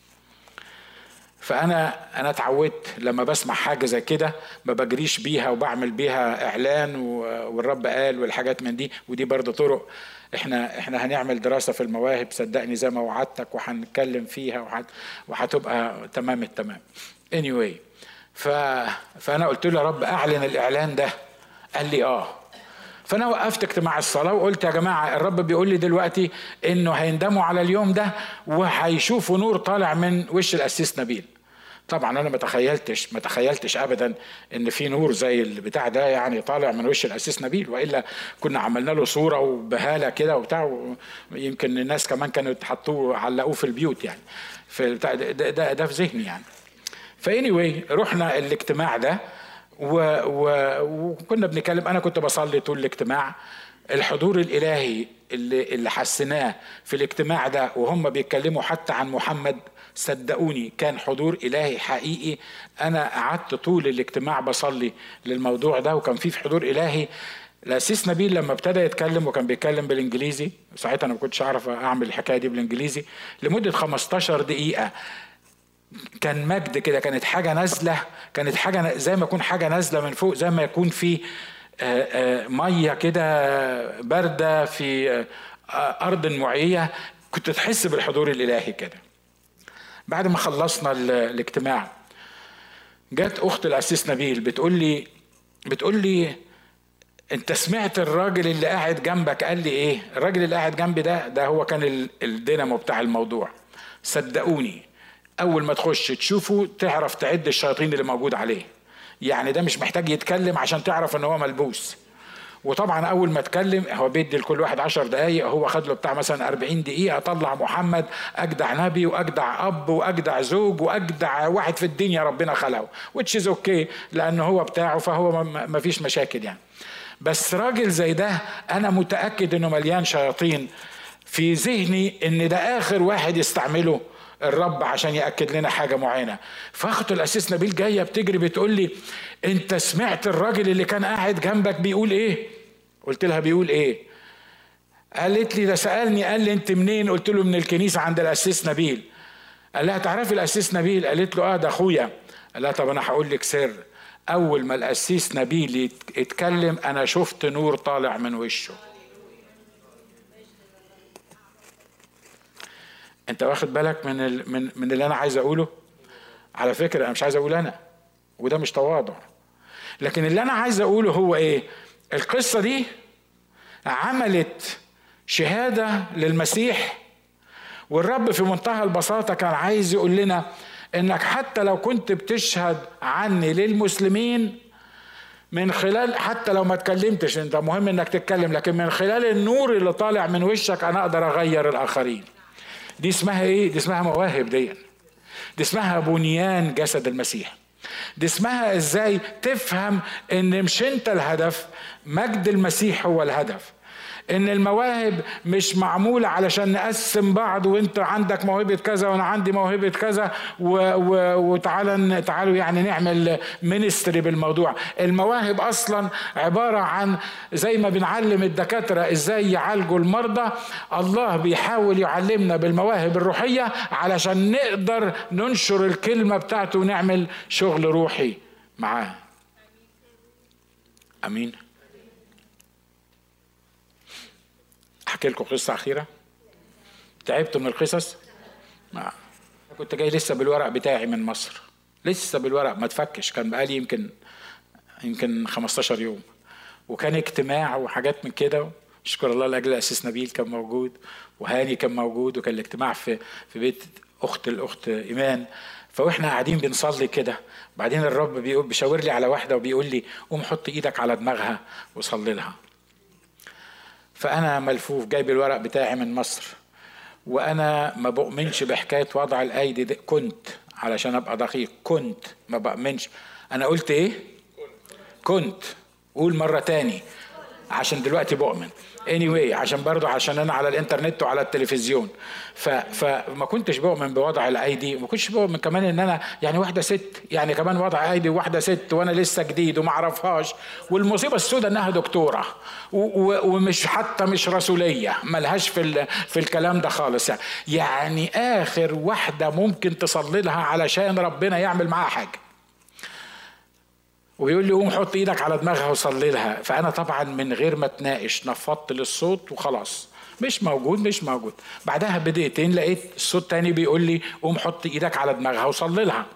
فأنا أنا اتعودت لما بسمع حاجة زي كده ما بجريش بيها وبعمل بيها إعلان والرب قال والحاجات من دي، ودي برضه طرق. إحنا إحنا هنعمل دراسة في المواهب صدقني زي ما وعدتك، وهنتكلم فيها وهتبقى تمام التمام. anyway ف فأنا قلت له يا رب أعلن الإعلان ده. قال لي آه. فأنا وقفت اجتماع الصلاة وقلت يا جماعة الرب بيقول لي دلوقتي إنه هيندموا على اليوم ده وهيشوفوا نور طالع من وش القسيس نبيل. طبعا انا ما تخيلتش ما تخيلتش ابدا ان في نور زي البتاع ده يعني طالع من وش القسيس نبيل، والا كنا عملنا له صوره وبهاله كده وبتاع، يمكن الناس كمان كانوا حطوه علقوه في البيوت يعني في ده, ده, ده, ده في ذهني يعني. فاني واي رحنا الاجتماع ده و و وكنا بنتكلم، انا كنت بصلي طول الاجتماع. الحضور الالهي اللي اللي حسناه في الاجتماع ده وهم بيتكلموا حتى عن محمد، صدقوني كان حضور إلهي حقيقي. أنا قعدت طول الاجتماع بصلي للموضوع ده، وكان فيه في حضور إلهي. القسيس نبيل لما ابتدى يتكلم وكان بيتكلم بالإنجليزي، ساعتها أنا ما كنتش أعرف أعمل الحكاية دي بالإنجليزي، لمدة خمستاشر دقيقة كان مجد كده، كانت حاجة نازلة، كانت حاجة زي ما يكون حاجة نازلة من فوق، زي ما يكون في مية كده باردة في أرض معية، كنت تحس بالحضور الإلهي كده. بعد ما خلصنا الاجتماع جت اخت القسيس نبيل بتقول لي بتقول لي انت سمعت الراجل اللي قاعد جنبك قال لي ايه؟ الراجل اللي قاعد جنبي ده ده هو كان الدينامو بتاع الموضوع. صدقوني اول ما تخش تشوفه تعرف تعد الشياطين اللي موجود عليه، يعني ده مش محتاج يتكلم عشان تعرف ان هو ملبوس، وطبعا اول ما اتكلم هو بيدي لكل واحد عشر دقايق، هو خد له بتاع مثلا أربعين دقيقة طلع محمد اجدع نبي واجدع اب واجدع زوج واجدع واحد في الدنيا ربنا خلقه، which is okay لانه هو بتاعه فهو ما فيش مشاكل يعني. بس راجل زي ده انا متأكد انه مليان شياطين في ذهني ان ده اخر واحد يستعمله الرب عشان يأكد لنا حاجة معينة. فاخته الأسيس نبيل جاية بتجري بتقول لي انت سمعت الراجل اللي كان قاعد جنبك بيقول ايه؟ قلت لها بيقول ايه؟ قالت لي ده سألني قال لي انت منين؟ قلت له من الكنيسة عند الأسيس نبيل. قال لها تعرفي الأسيس نبيل؟ قالت له اه ده اخويا. قال لها طب انا هقول لك سر، اول ما الأسيس نبيل يتكلم انا شفت نور طالع من وشه. انت واخد بالك من ال... من من اللي انا عايز اقوله؟ على فكره انا مش عايز اقول انا، وده مش تواضع، لكن اللي انا عايز اقوله هو ايه؟ القصه دي عملت شهاده للمسيح، والرب في منتهى البساطه كان عايز يقول لنا انك حتى لو كنت بتشهد عني للمسلمين من خلال، حتى لو ما اتكلمتش انت مهم انك تتكلم، لكن من خلال النور اللي طالع من وشك انا اقدر اغير الاخرين. دي اسمها ايه؟ دي اسمها مواهب، دي دي اسمها بنيان جسد المسيح. دي اسمها ازاي تفهم ان مش انت الهدف، مجد المسيح هو الهدف. ان المواهب مش معمولة علشان نقسم بعض وانت عندك موهبة كذا وانا عندي موهبة كذا وتعالى تعالوا يعني نعمل مينستري بالموضوع. المواهب اصلا عبارة عن زي ما بنعلم الدكاترة ازاي يعالجوا المرضى، الله بيحاول يعلمنا بالمواهب الروحية علشان نقدر ننشر الكلمة بتاعته ونعمل شغل روحي معاه. امين. احكي لكم قصه اخيره. تعبت من القصص. ما. كنت جاي لسه بالورق بتاعي من مصر، لسه بالورق ما تفكش، كان بقالي يمكن يمكن خمستاشر يوم، وكان اجتماع وحاجات من كده. اشكر الله لاجل الاسيس نبيل كان موجود وهاني كان موجود، وكان الاجتماع في في بيت اخت الاخت ايمان. فاحنا قاعدين بنصلي كده، بعدين الرب بيقول بيشاور لي على واحده وبيقول لي قوم حط ايدك على دماغها وصلي لها. فأنا ملفوف جايب الورق بتاعي من مصر، وأنا ما بؤمنش بحكاية وضع الأيدي دي. كنت علشان أبقى دقيق كنت ما بؤمنش. أنا قلت إيه؟ كنت. قول مرة تاني عشان دلوقتي بؤمن. anyway عشان برضو عشان أنا على الإنترنت وعلى التلفزيون، فما كنتش بؤمن بوضع الأيدي، وما كنتش بؤمن كمان إن أنا يعني واحدة ست، يعني كمان وضع أيدي واحدة ست وأنا لسه جديد وما أعرفهاش، والمصيبة السوداء إنها دكتورة ومش حتى مش رسولية، ملهاش في في الكلام ده خالص. يعني يعني آخر واحدة ممكن تصلي لها علشان ربنا يعمل معاها حاجة، ويقول لي قوم حط ايدك على دماغها وصلي لها. فانا طبعا من غير ما اتناقش نفضت للصوت وخلاص، مش موجود مش موجود. بعدها بدقيقتين لقيت الصوت تاني بيقول لي قوم حط ايدك على دماغها وصلي لها.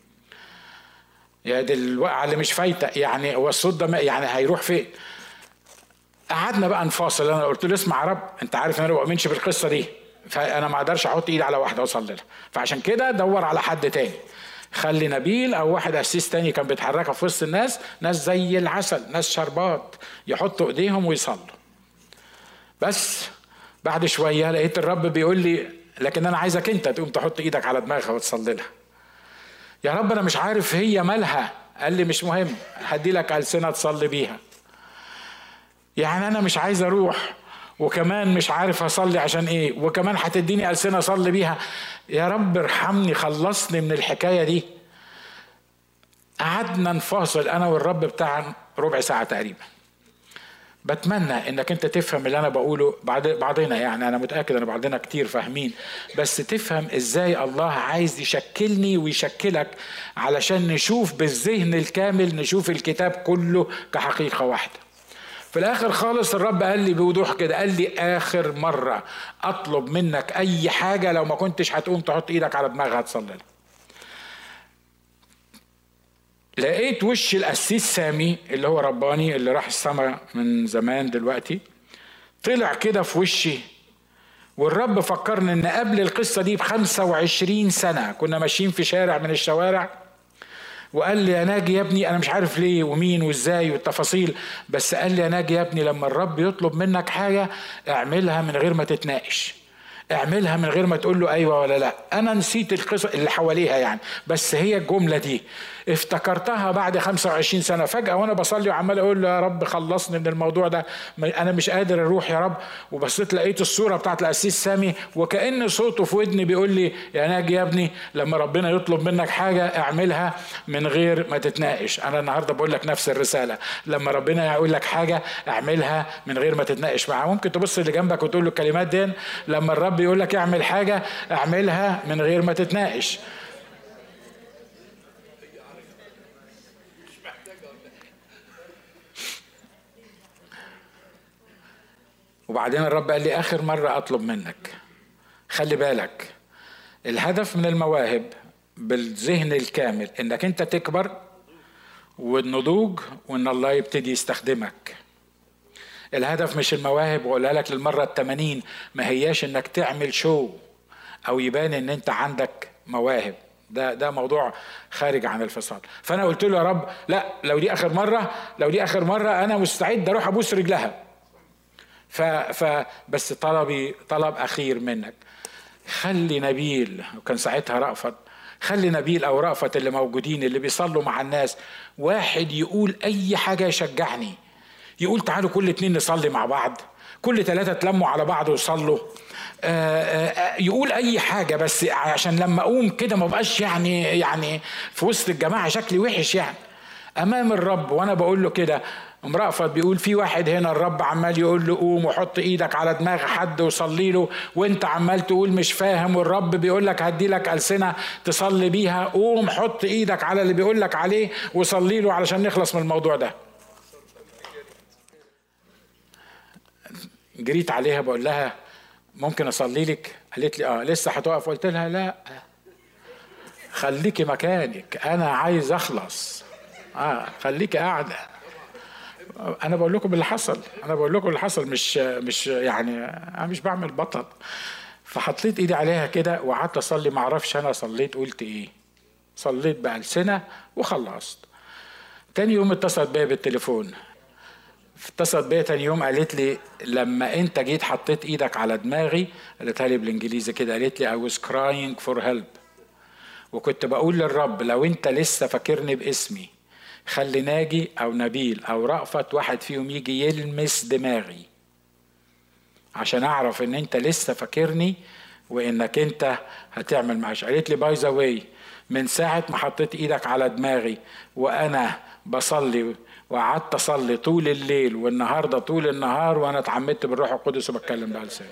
يا دي الوقعه اللي مش فايته، يعني هو الصوت ده يعني هيروح فين؟ قعدنا بقى نفاصل. انا قلت له اسمع يا رب، انت عارف ان انا ما بؤمنش بالقصه دي، فانا ما اقدرش احط ايدي على واحده واصلي لها، فعشان كده دور على حد تاني، خلي نبيل او واحد اسيس تاني كان بيتحركها في وسط الناس، ناس زي العسل، ناس شربات يحطوا ايديهم ويصلوا. بس بعد شويه لقيت الرب بيقول لي لكن انا عايزك انت تقوم تحط ايدك على دماغها وتصلي لها. يا رب انا مش عارف هي مالها. قال لي مش مهم، هدي لك ألسنة تصلي بيها. يعني انا مش عايز اروح وكمان مش عارف اصلي عشان ايه، وكمان هتديني ألسنة اصلي بيها. يا رب ارحمني، خلصني من الحكاية دي. قعدنا نفاصل انا والرب بتاع ربع ساعة تقريبا. بتمنى انك انت تفهم اللي انا بقوله، بعد بعضنا يعني انا متأكد ان بعضنا كتير فاهمين، بس تفهم ازاي الله عايز يشكلني ويشكلك علشان نشوف بالذهن الكامل، نشوف الكتاب كله كحقيقة واحدة. في الاخر خالص الرب قال لي بوضوح كده، قال لي اخر مرة اطلب منك اي حاجة لو ما كنتش هتقوم تحط ايدك على دماغها تصلي لها. لقيت وش القسيس سامي اللي هو رباني اللي راح السماء من زمان دلوقتي، طلع كده في وشي. والرب فكرني ان قبل القصة دي بخمسة وعشرين سنة كنا ماشيين في شارع من الشوارع، وقال لي يا ناجي يا ابني، انا مش عارف ليه ومين وازاي والتفاصيل، بس قال لي يا ناجي يا ابني لما الرب يطلب منك حاجة اعملها من غير ما تتناقش، اعملها من غير ما تقول له ايوه ولا لا. انا نسيت القصة اللي حواليها يعني، بس هي الجملة دي افتكرتها بعد خمسة وعشرين سنة فجأة وانا بصلي وعمال اقول له يا رب خلصني من الموضوع ده، انا مش قادر اروح يا رب. وبصيت لقيت الصورة بتاعت القسيس سامي وكأن صوته في ودني بيقول لي يا ناجي يا ابني لما ربنا يطلب منك حاجة اعملها من غير ما تتناقش. انا النهاردة بقول لك نفس الرسالة، لما ربنا يقول لك حاجة اعملها من غير ما تتناقش معاه. ممكن تبص اللي جنبك وتقول له الكلمات دي، لما الرب يقول لك اعمل حاجة اعملها من غير ما تتناقش. وبعدين الرب قال لي آخر مرة أطلب منك خلي بالك، الهدف من المواهب بالذهن الكامل إنك أنت تكبر والنضوج وإن الله يبتدي يستخدمك. الهدف مش المواهب، وقولها لك للمرة التمانين، ما هياش إنك تعمل شو أو يبان إن أنت عندك مواهب، ده ده موضوع خارج عن الفصال. فأنا قلت له يا رب لا، لو دي آخر مرة، لو دي آخر مرة أنا مستعد أروح أبوس رجلها. ف ف بس طلبي طلب اخير منك، خلي نبيل، وكان ساعتها رأفت، خلي نبيل او رأفت اللي موجودين اللي بيصلوا مع الناس واحد يقول اي حاجه يشجعني، يقول تعالوا كل اتنين نصلي مع بعض، كل ثلاثه تلموا على بعض وصلوا، يقول اي حاجه بس عشان لما اقوم كده ما بقاش يعني يعني في وسط الجماعه شكلي وحش يعني امام الرب. وانا بقول له كده امرأفت بيقول في واحد هنا الرب عمال يقول له قوم وحط ايدك على دماغ حد وصلي له، وانت عمال تقول مش فاهم، والرب بيقول لك هدي لك ألسنة تصلي بيها، قوم حط ايدك على اللي بيقول لك عليه وصلي له علشان نخلص من الموضوع ده. جريت عليها بقول لها ممكن اصلي لك؟ قالت لي اه. لسه هتقف؟ قلت لها لا خليكي مكانك، انا عايز اخلص. اه خليكي قاعده. انا بقول لكم اللي حصل، انا بقول لكم اللي حصل، مش مش يعني انا مش بعمل بطل. فحطيت ايدي عليها كده وقعدت اصلي، ما اعرفش انا صليت قلت ايه، صليت بألسنة وخلصت. تاني يوم اتصلت بيا بالتليفون، اتصلت بيا تاني يوم قالت لي لما انت جيت حطيت ايدك على دماغي، قالتها لي بالانجليزي كده، قالت لي I was crying for help، وكنت بقول للرب لو انت لسه فاكرني باسمي خلي ناجي او نبيل او رأفت واحد فيهم يجي يلمس دماغي عشان اعرف ان انت لسه فاكرني وانك انت هتعمل معاش. قالت لي باي ذا واي من ساعة ما حطيت ايدك على دماغي وانا بصلي وقعدت اصلي طول الليل والنهارده طول النهار وانا اتعمدت بالروح القدس وبتكلم بألسنة.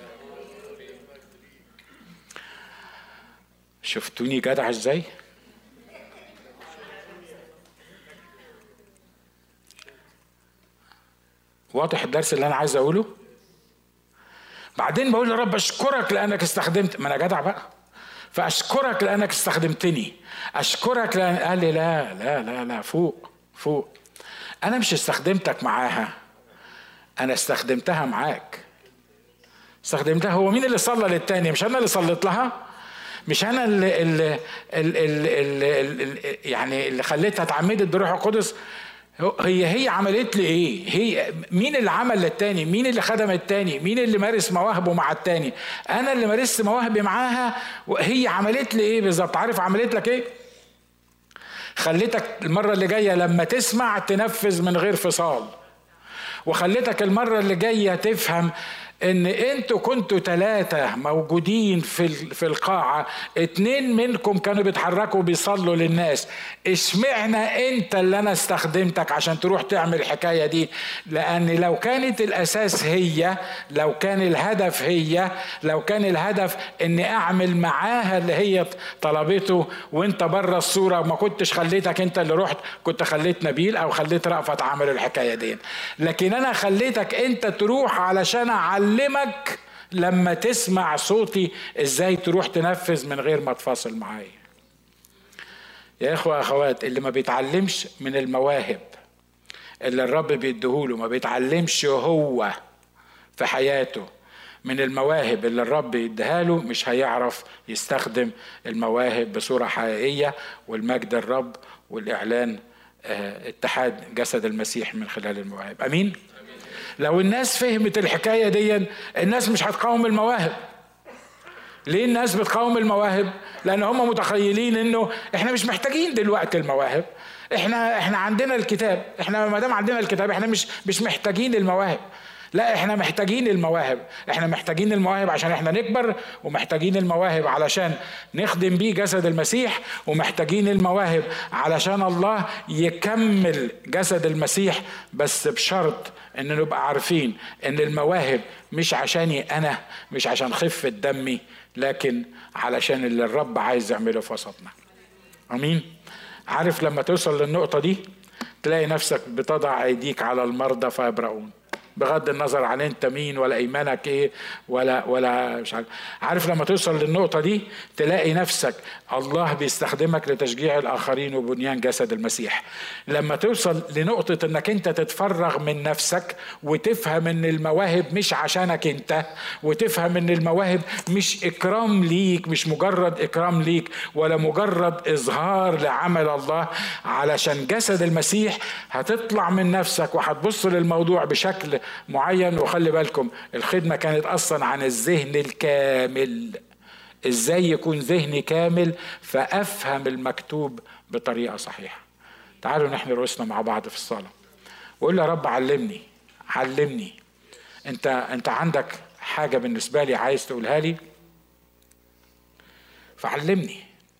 شفتوني جدع ازاي؟ واضح الدرس اللي انا عايز اقوله؟ بعدين بقول يا رب اشكرك لانك استخدمت، ما انا جدع بقى، فاشكرك لانك استخدمتني، اشكرك لان قال لي لا لا لا لا فوق فوق، انا مش استخدمتك معاها، انا استخدمتها معاك، استخدمتها. هو مين اللي صلى للتاني؟ مش انا اللي صليت لها؟ مش انا اللي, اللي, اللي, اللي, اللي يعني اللي خليتها اتعمدت بالروح القدس؟ هي هي عملت لي ايه؟ هي مين اللي عمل للتاني؟ مين اللي خدم التاني؟ مين اللي مارس مواهبه مع التاني؟ انا اللي مارست مواهبي معاها، وهي عملت لي ايه بالظبط؟ عارف عملت لك ايه؟ خليتك المره اللي جايه لما تسمع تنفذ من غير فصال، وخليتك المره اللي جايه تفهم ان انتوا كنتوا ثلاثة موجودين في في القاعة، اتنين منكم كانوا بيتحركوا بيصلوا للناس، اشمعنى انت اللي انا استخدمتك عشان تروح تعمل الحكاية دي؟ لان لو كانت الاساس هي، لو كان الهدف هي، لو كان الهدف اني اعمل معاها اللي هي طلبته وانت بره الصورة، ما كنتش خليتك انت اللي رحت، كنت خليت نبيل او خليت رأفت عملوا الحكاية دي. لكن انا خليتك انت تروح علشان اعلمك علمك لما تسمع صوتي ازاي تروح تنفذ من غير ما تفاصل معايا. يا اخوة اخوات، اللي ما بيتعلمش من المواهب اللي الرب بيديهوله، ما بيتعلمش هو في حياته، من المواهب اللي الرب يديها له مش هيعرف يستخدم المواهب بصورة حقيقية، والمجد الرب والإعلان اه اتحاد جسد المسيح من خلال المواهب. أمين؟ لو الناس فهمت الحكاية دي الناس مش هتقاوم المواهب. ليه الناس بتقاوم المواهب؟ لأن هم متخيلين إنه إحنا مش محتاجين دلوقتي المواهب، إحنا إحنا عندنا الكتاب، إحنا ما دام عندنا الكتاب إحنا مش مش محتاجين المواهب. لا، إحنا محتاجين المواهب، إحنا محتاجين المواهب عشان إحنا نكبر، ومحتاجين المواهب علشان نخدم بيه جسد المسيح، ومحتاجين المواهب علشان الله يكمل جسد المسيح، بس بشرط إن نبقى عارفين إن المواهب مش عشاني أنا، مش عشان خفة دمي، لكن علشان اللي الرب عايز يعمله في وسطنا. امين. عارف لما توصل للنقطة دي تلاقي نفسك بتضع ايديك على المرضى فيبرؤون، بغض النظر عن انت مين ولا ايمانك ايه ولا ولا مش عارف. عارف لما توصل للنقطة دي تلاقي نفسك الله بيستخدمك لتشجيع الاخرين وبنيان جسد المسيح. لما توصل لنقطة انك انت تتفرغ من نفسك وتفهم ان المواهب مش عشانك انت، وتفهم ان المواهب مش اكرام ليك، مش مجرد اكرام ليك ولا مجرد اظهار لعمل الله علشان جسد المسيح، هتطلع من نفسك وهتبص للموضوع بشكل معين. وخلي بالكم الخدمة كانت أصلا عن الذهن الكامل، إزاي يكون ذهني كامل فأفهم المكتوب بطريقة صحيحة. تعالوا نحن رؤوسنا مع بعض في الصلاة وقول يا رب علمني علمني. أنت أنت عندك حاجة بالنسبة لي عايز تقولها لي، فعلمني.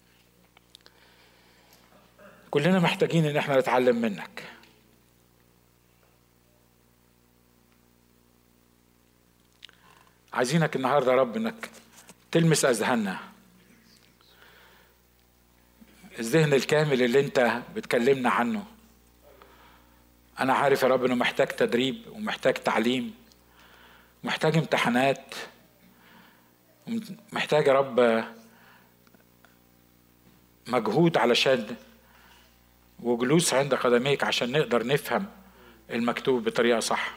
كلنا محتاجين إن احنا نتعلم منك. عايزينك النهاردة يا رب انك تلمس اذهاننا، الذهن الكامل اللي انت بتكلمنا عنه. انا عارف يا رب انه محتاج تدريب ومحتاج تعليم، محتاج امتحانات، محتاج يا رب مجهود علشان وجلوس عند قدميك عشان نقدر نفهم المكتوب بطريقة صح.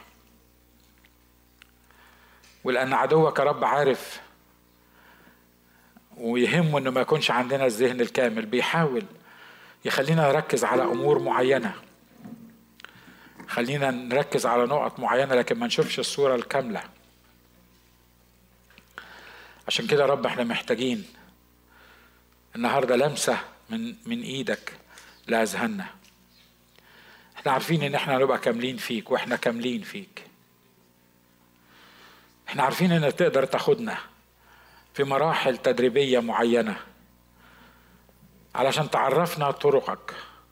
ولأن عدوك يا رب عارف ويهمه إنه ما يكونش عندنا الذهن الكامل، بيحاول يخلينا نركز على أمور معينة، خلينا نركز على نقط معينة لكن ما نشوفش الصورة الكاملة. عشان كده يا رب احنا محتاجين النهاردة لمسة من من إيدك لأذهاننا. احنا عارفين إن احنا هنبقى كاملين فيك واحنا كاملين فيك. احنا عارفين انك تقدر تاخدنا في مراحل تدريبية معينة علشان تعرفنا طرقك،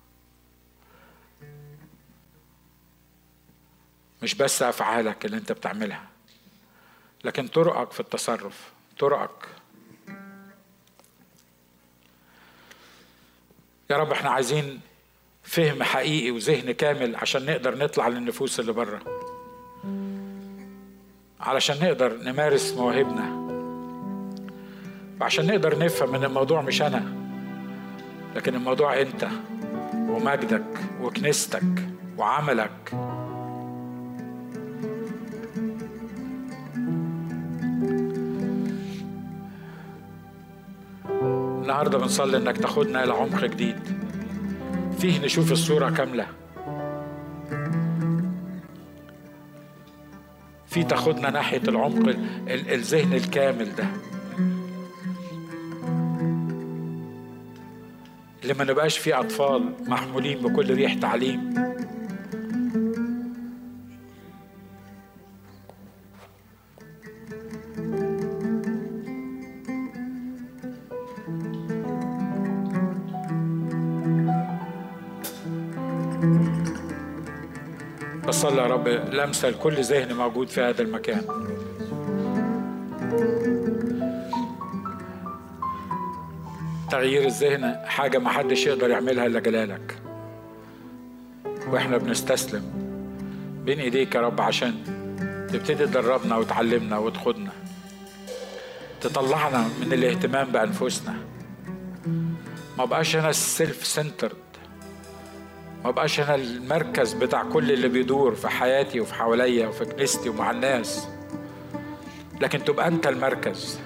مش بس افعالك اللي انت بتعملها لكن طرقك في التصرف، طرقك. يا رب احنا عايزين فهم حقيقي وذهن كامل عشان نقدر نطلع للنفوس اللي بره، علشان نقدر نمارس مواهبنا، وعشان نقدر نفهم ان الموضوع مش انا لكن الموضوع انت ومجدك وكنيستك وعملك. النهارده بنصلي انك تاخدنا الى عمق جديد فيه نشوف الصورة كاملة، في تاخدنا ناحية العمق الذهن الكامل ده، اللي ما نبقاش فيه أطفال محمولين بكل ريح تعليم، بصلي يا رب لمسة لكل ذهن موجود في هذا المكان. تغيير الذهن حاجة ما حدش يقدر يعملها إلا جلالك، وإحنا بنستسلم بين إيديك يا رب عشان تبتدي تدربنا وتعلمنا وتخدنا، تطلعنا من الاهتمام بأنفسنا. ما بقاش أنا السيلف سنترد، ما بقاش أنا المركز بتاع كل اللي بيدور في حياتي وفي حواليا وفي كنيستي ومع الناس، لكن تبقى انت المركز.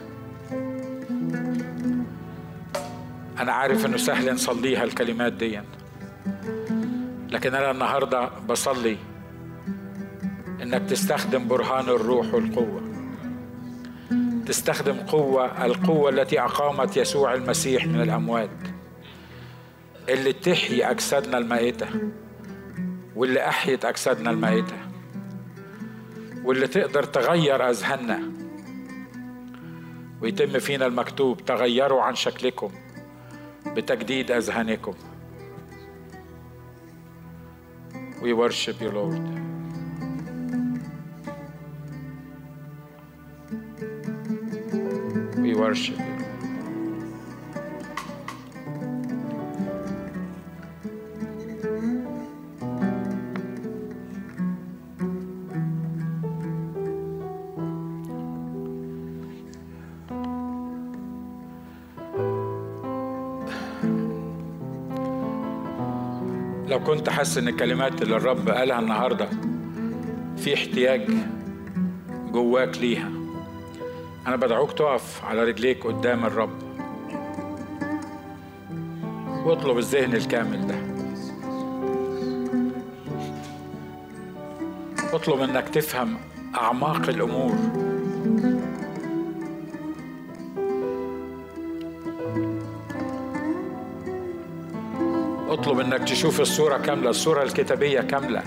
انا عارف انه سهل نصليها الكلمات دي، لكن انا النهاردة بصلي انك تستخدم برهان الروح والقوة، تستخدم قوة، القوة التي أقامت يسوع المسيح من الأموات، اللي تحيي أجسادنا المائتة، واللي أحيت أجسادنا المائتة، واللي تقدر تغير أذهاننا، ويتم فينا المكتوب: تغيروا عن شكلكم بتجديد أذهانكم. We worship you, Lord. We worship you. لو كنت حاسس ان الكلمات اللي الرب قالها النهارده في احتياج جواك ليها، انا بدعوك تقف على رجليك قدام الرب واطلب الذهن الكامل ده. اطلب انك تفهم اعماق الامور، اطلب انك تشوف الصورة كاملة، الصورة الكتابية كاملة،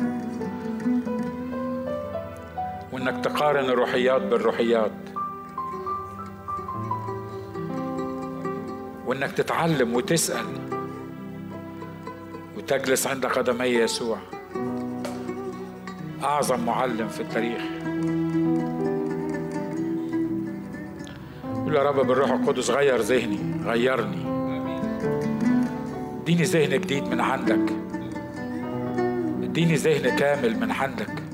وانك تقارن الروحيات بالروحيات، وانك تتعلم وتسأل وتجلس عند قدمي يسوع اعظم معلم في التاريخ. قول يا رب بالروح القدس: غير ذهني، غيرني، اديني ذهن جديد من عندك، اديني ذهن كامل من عندك.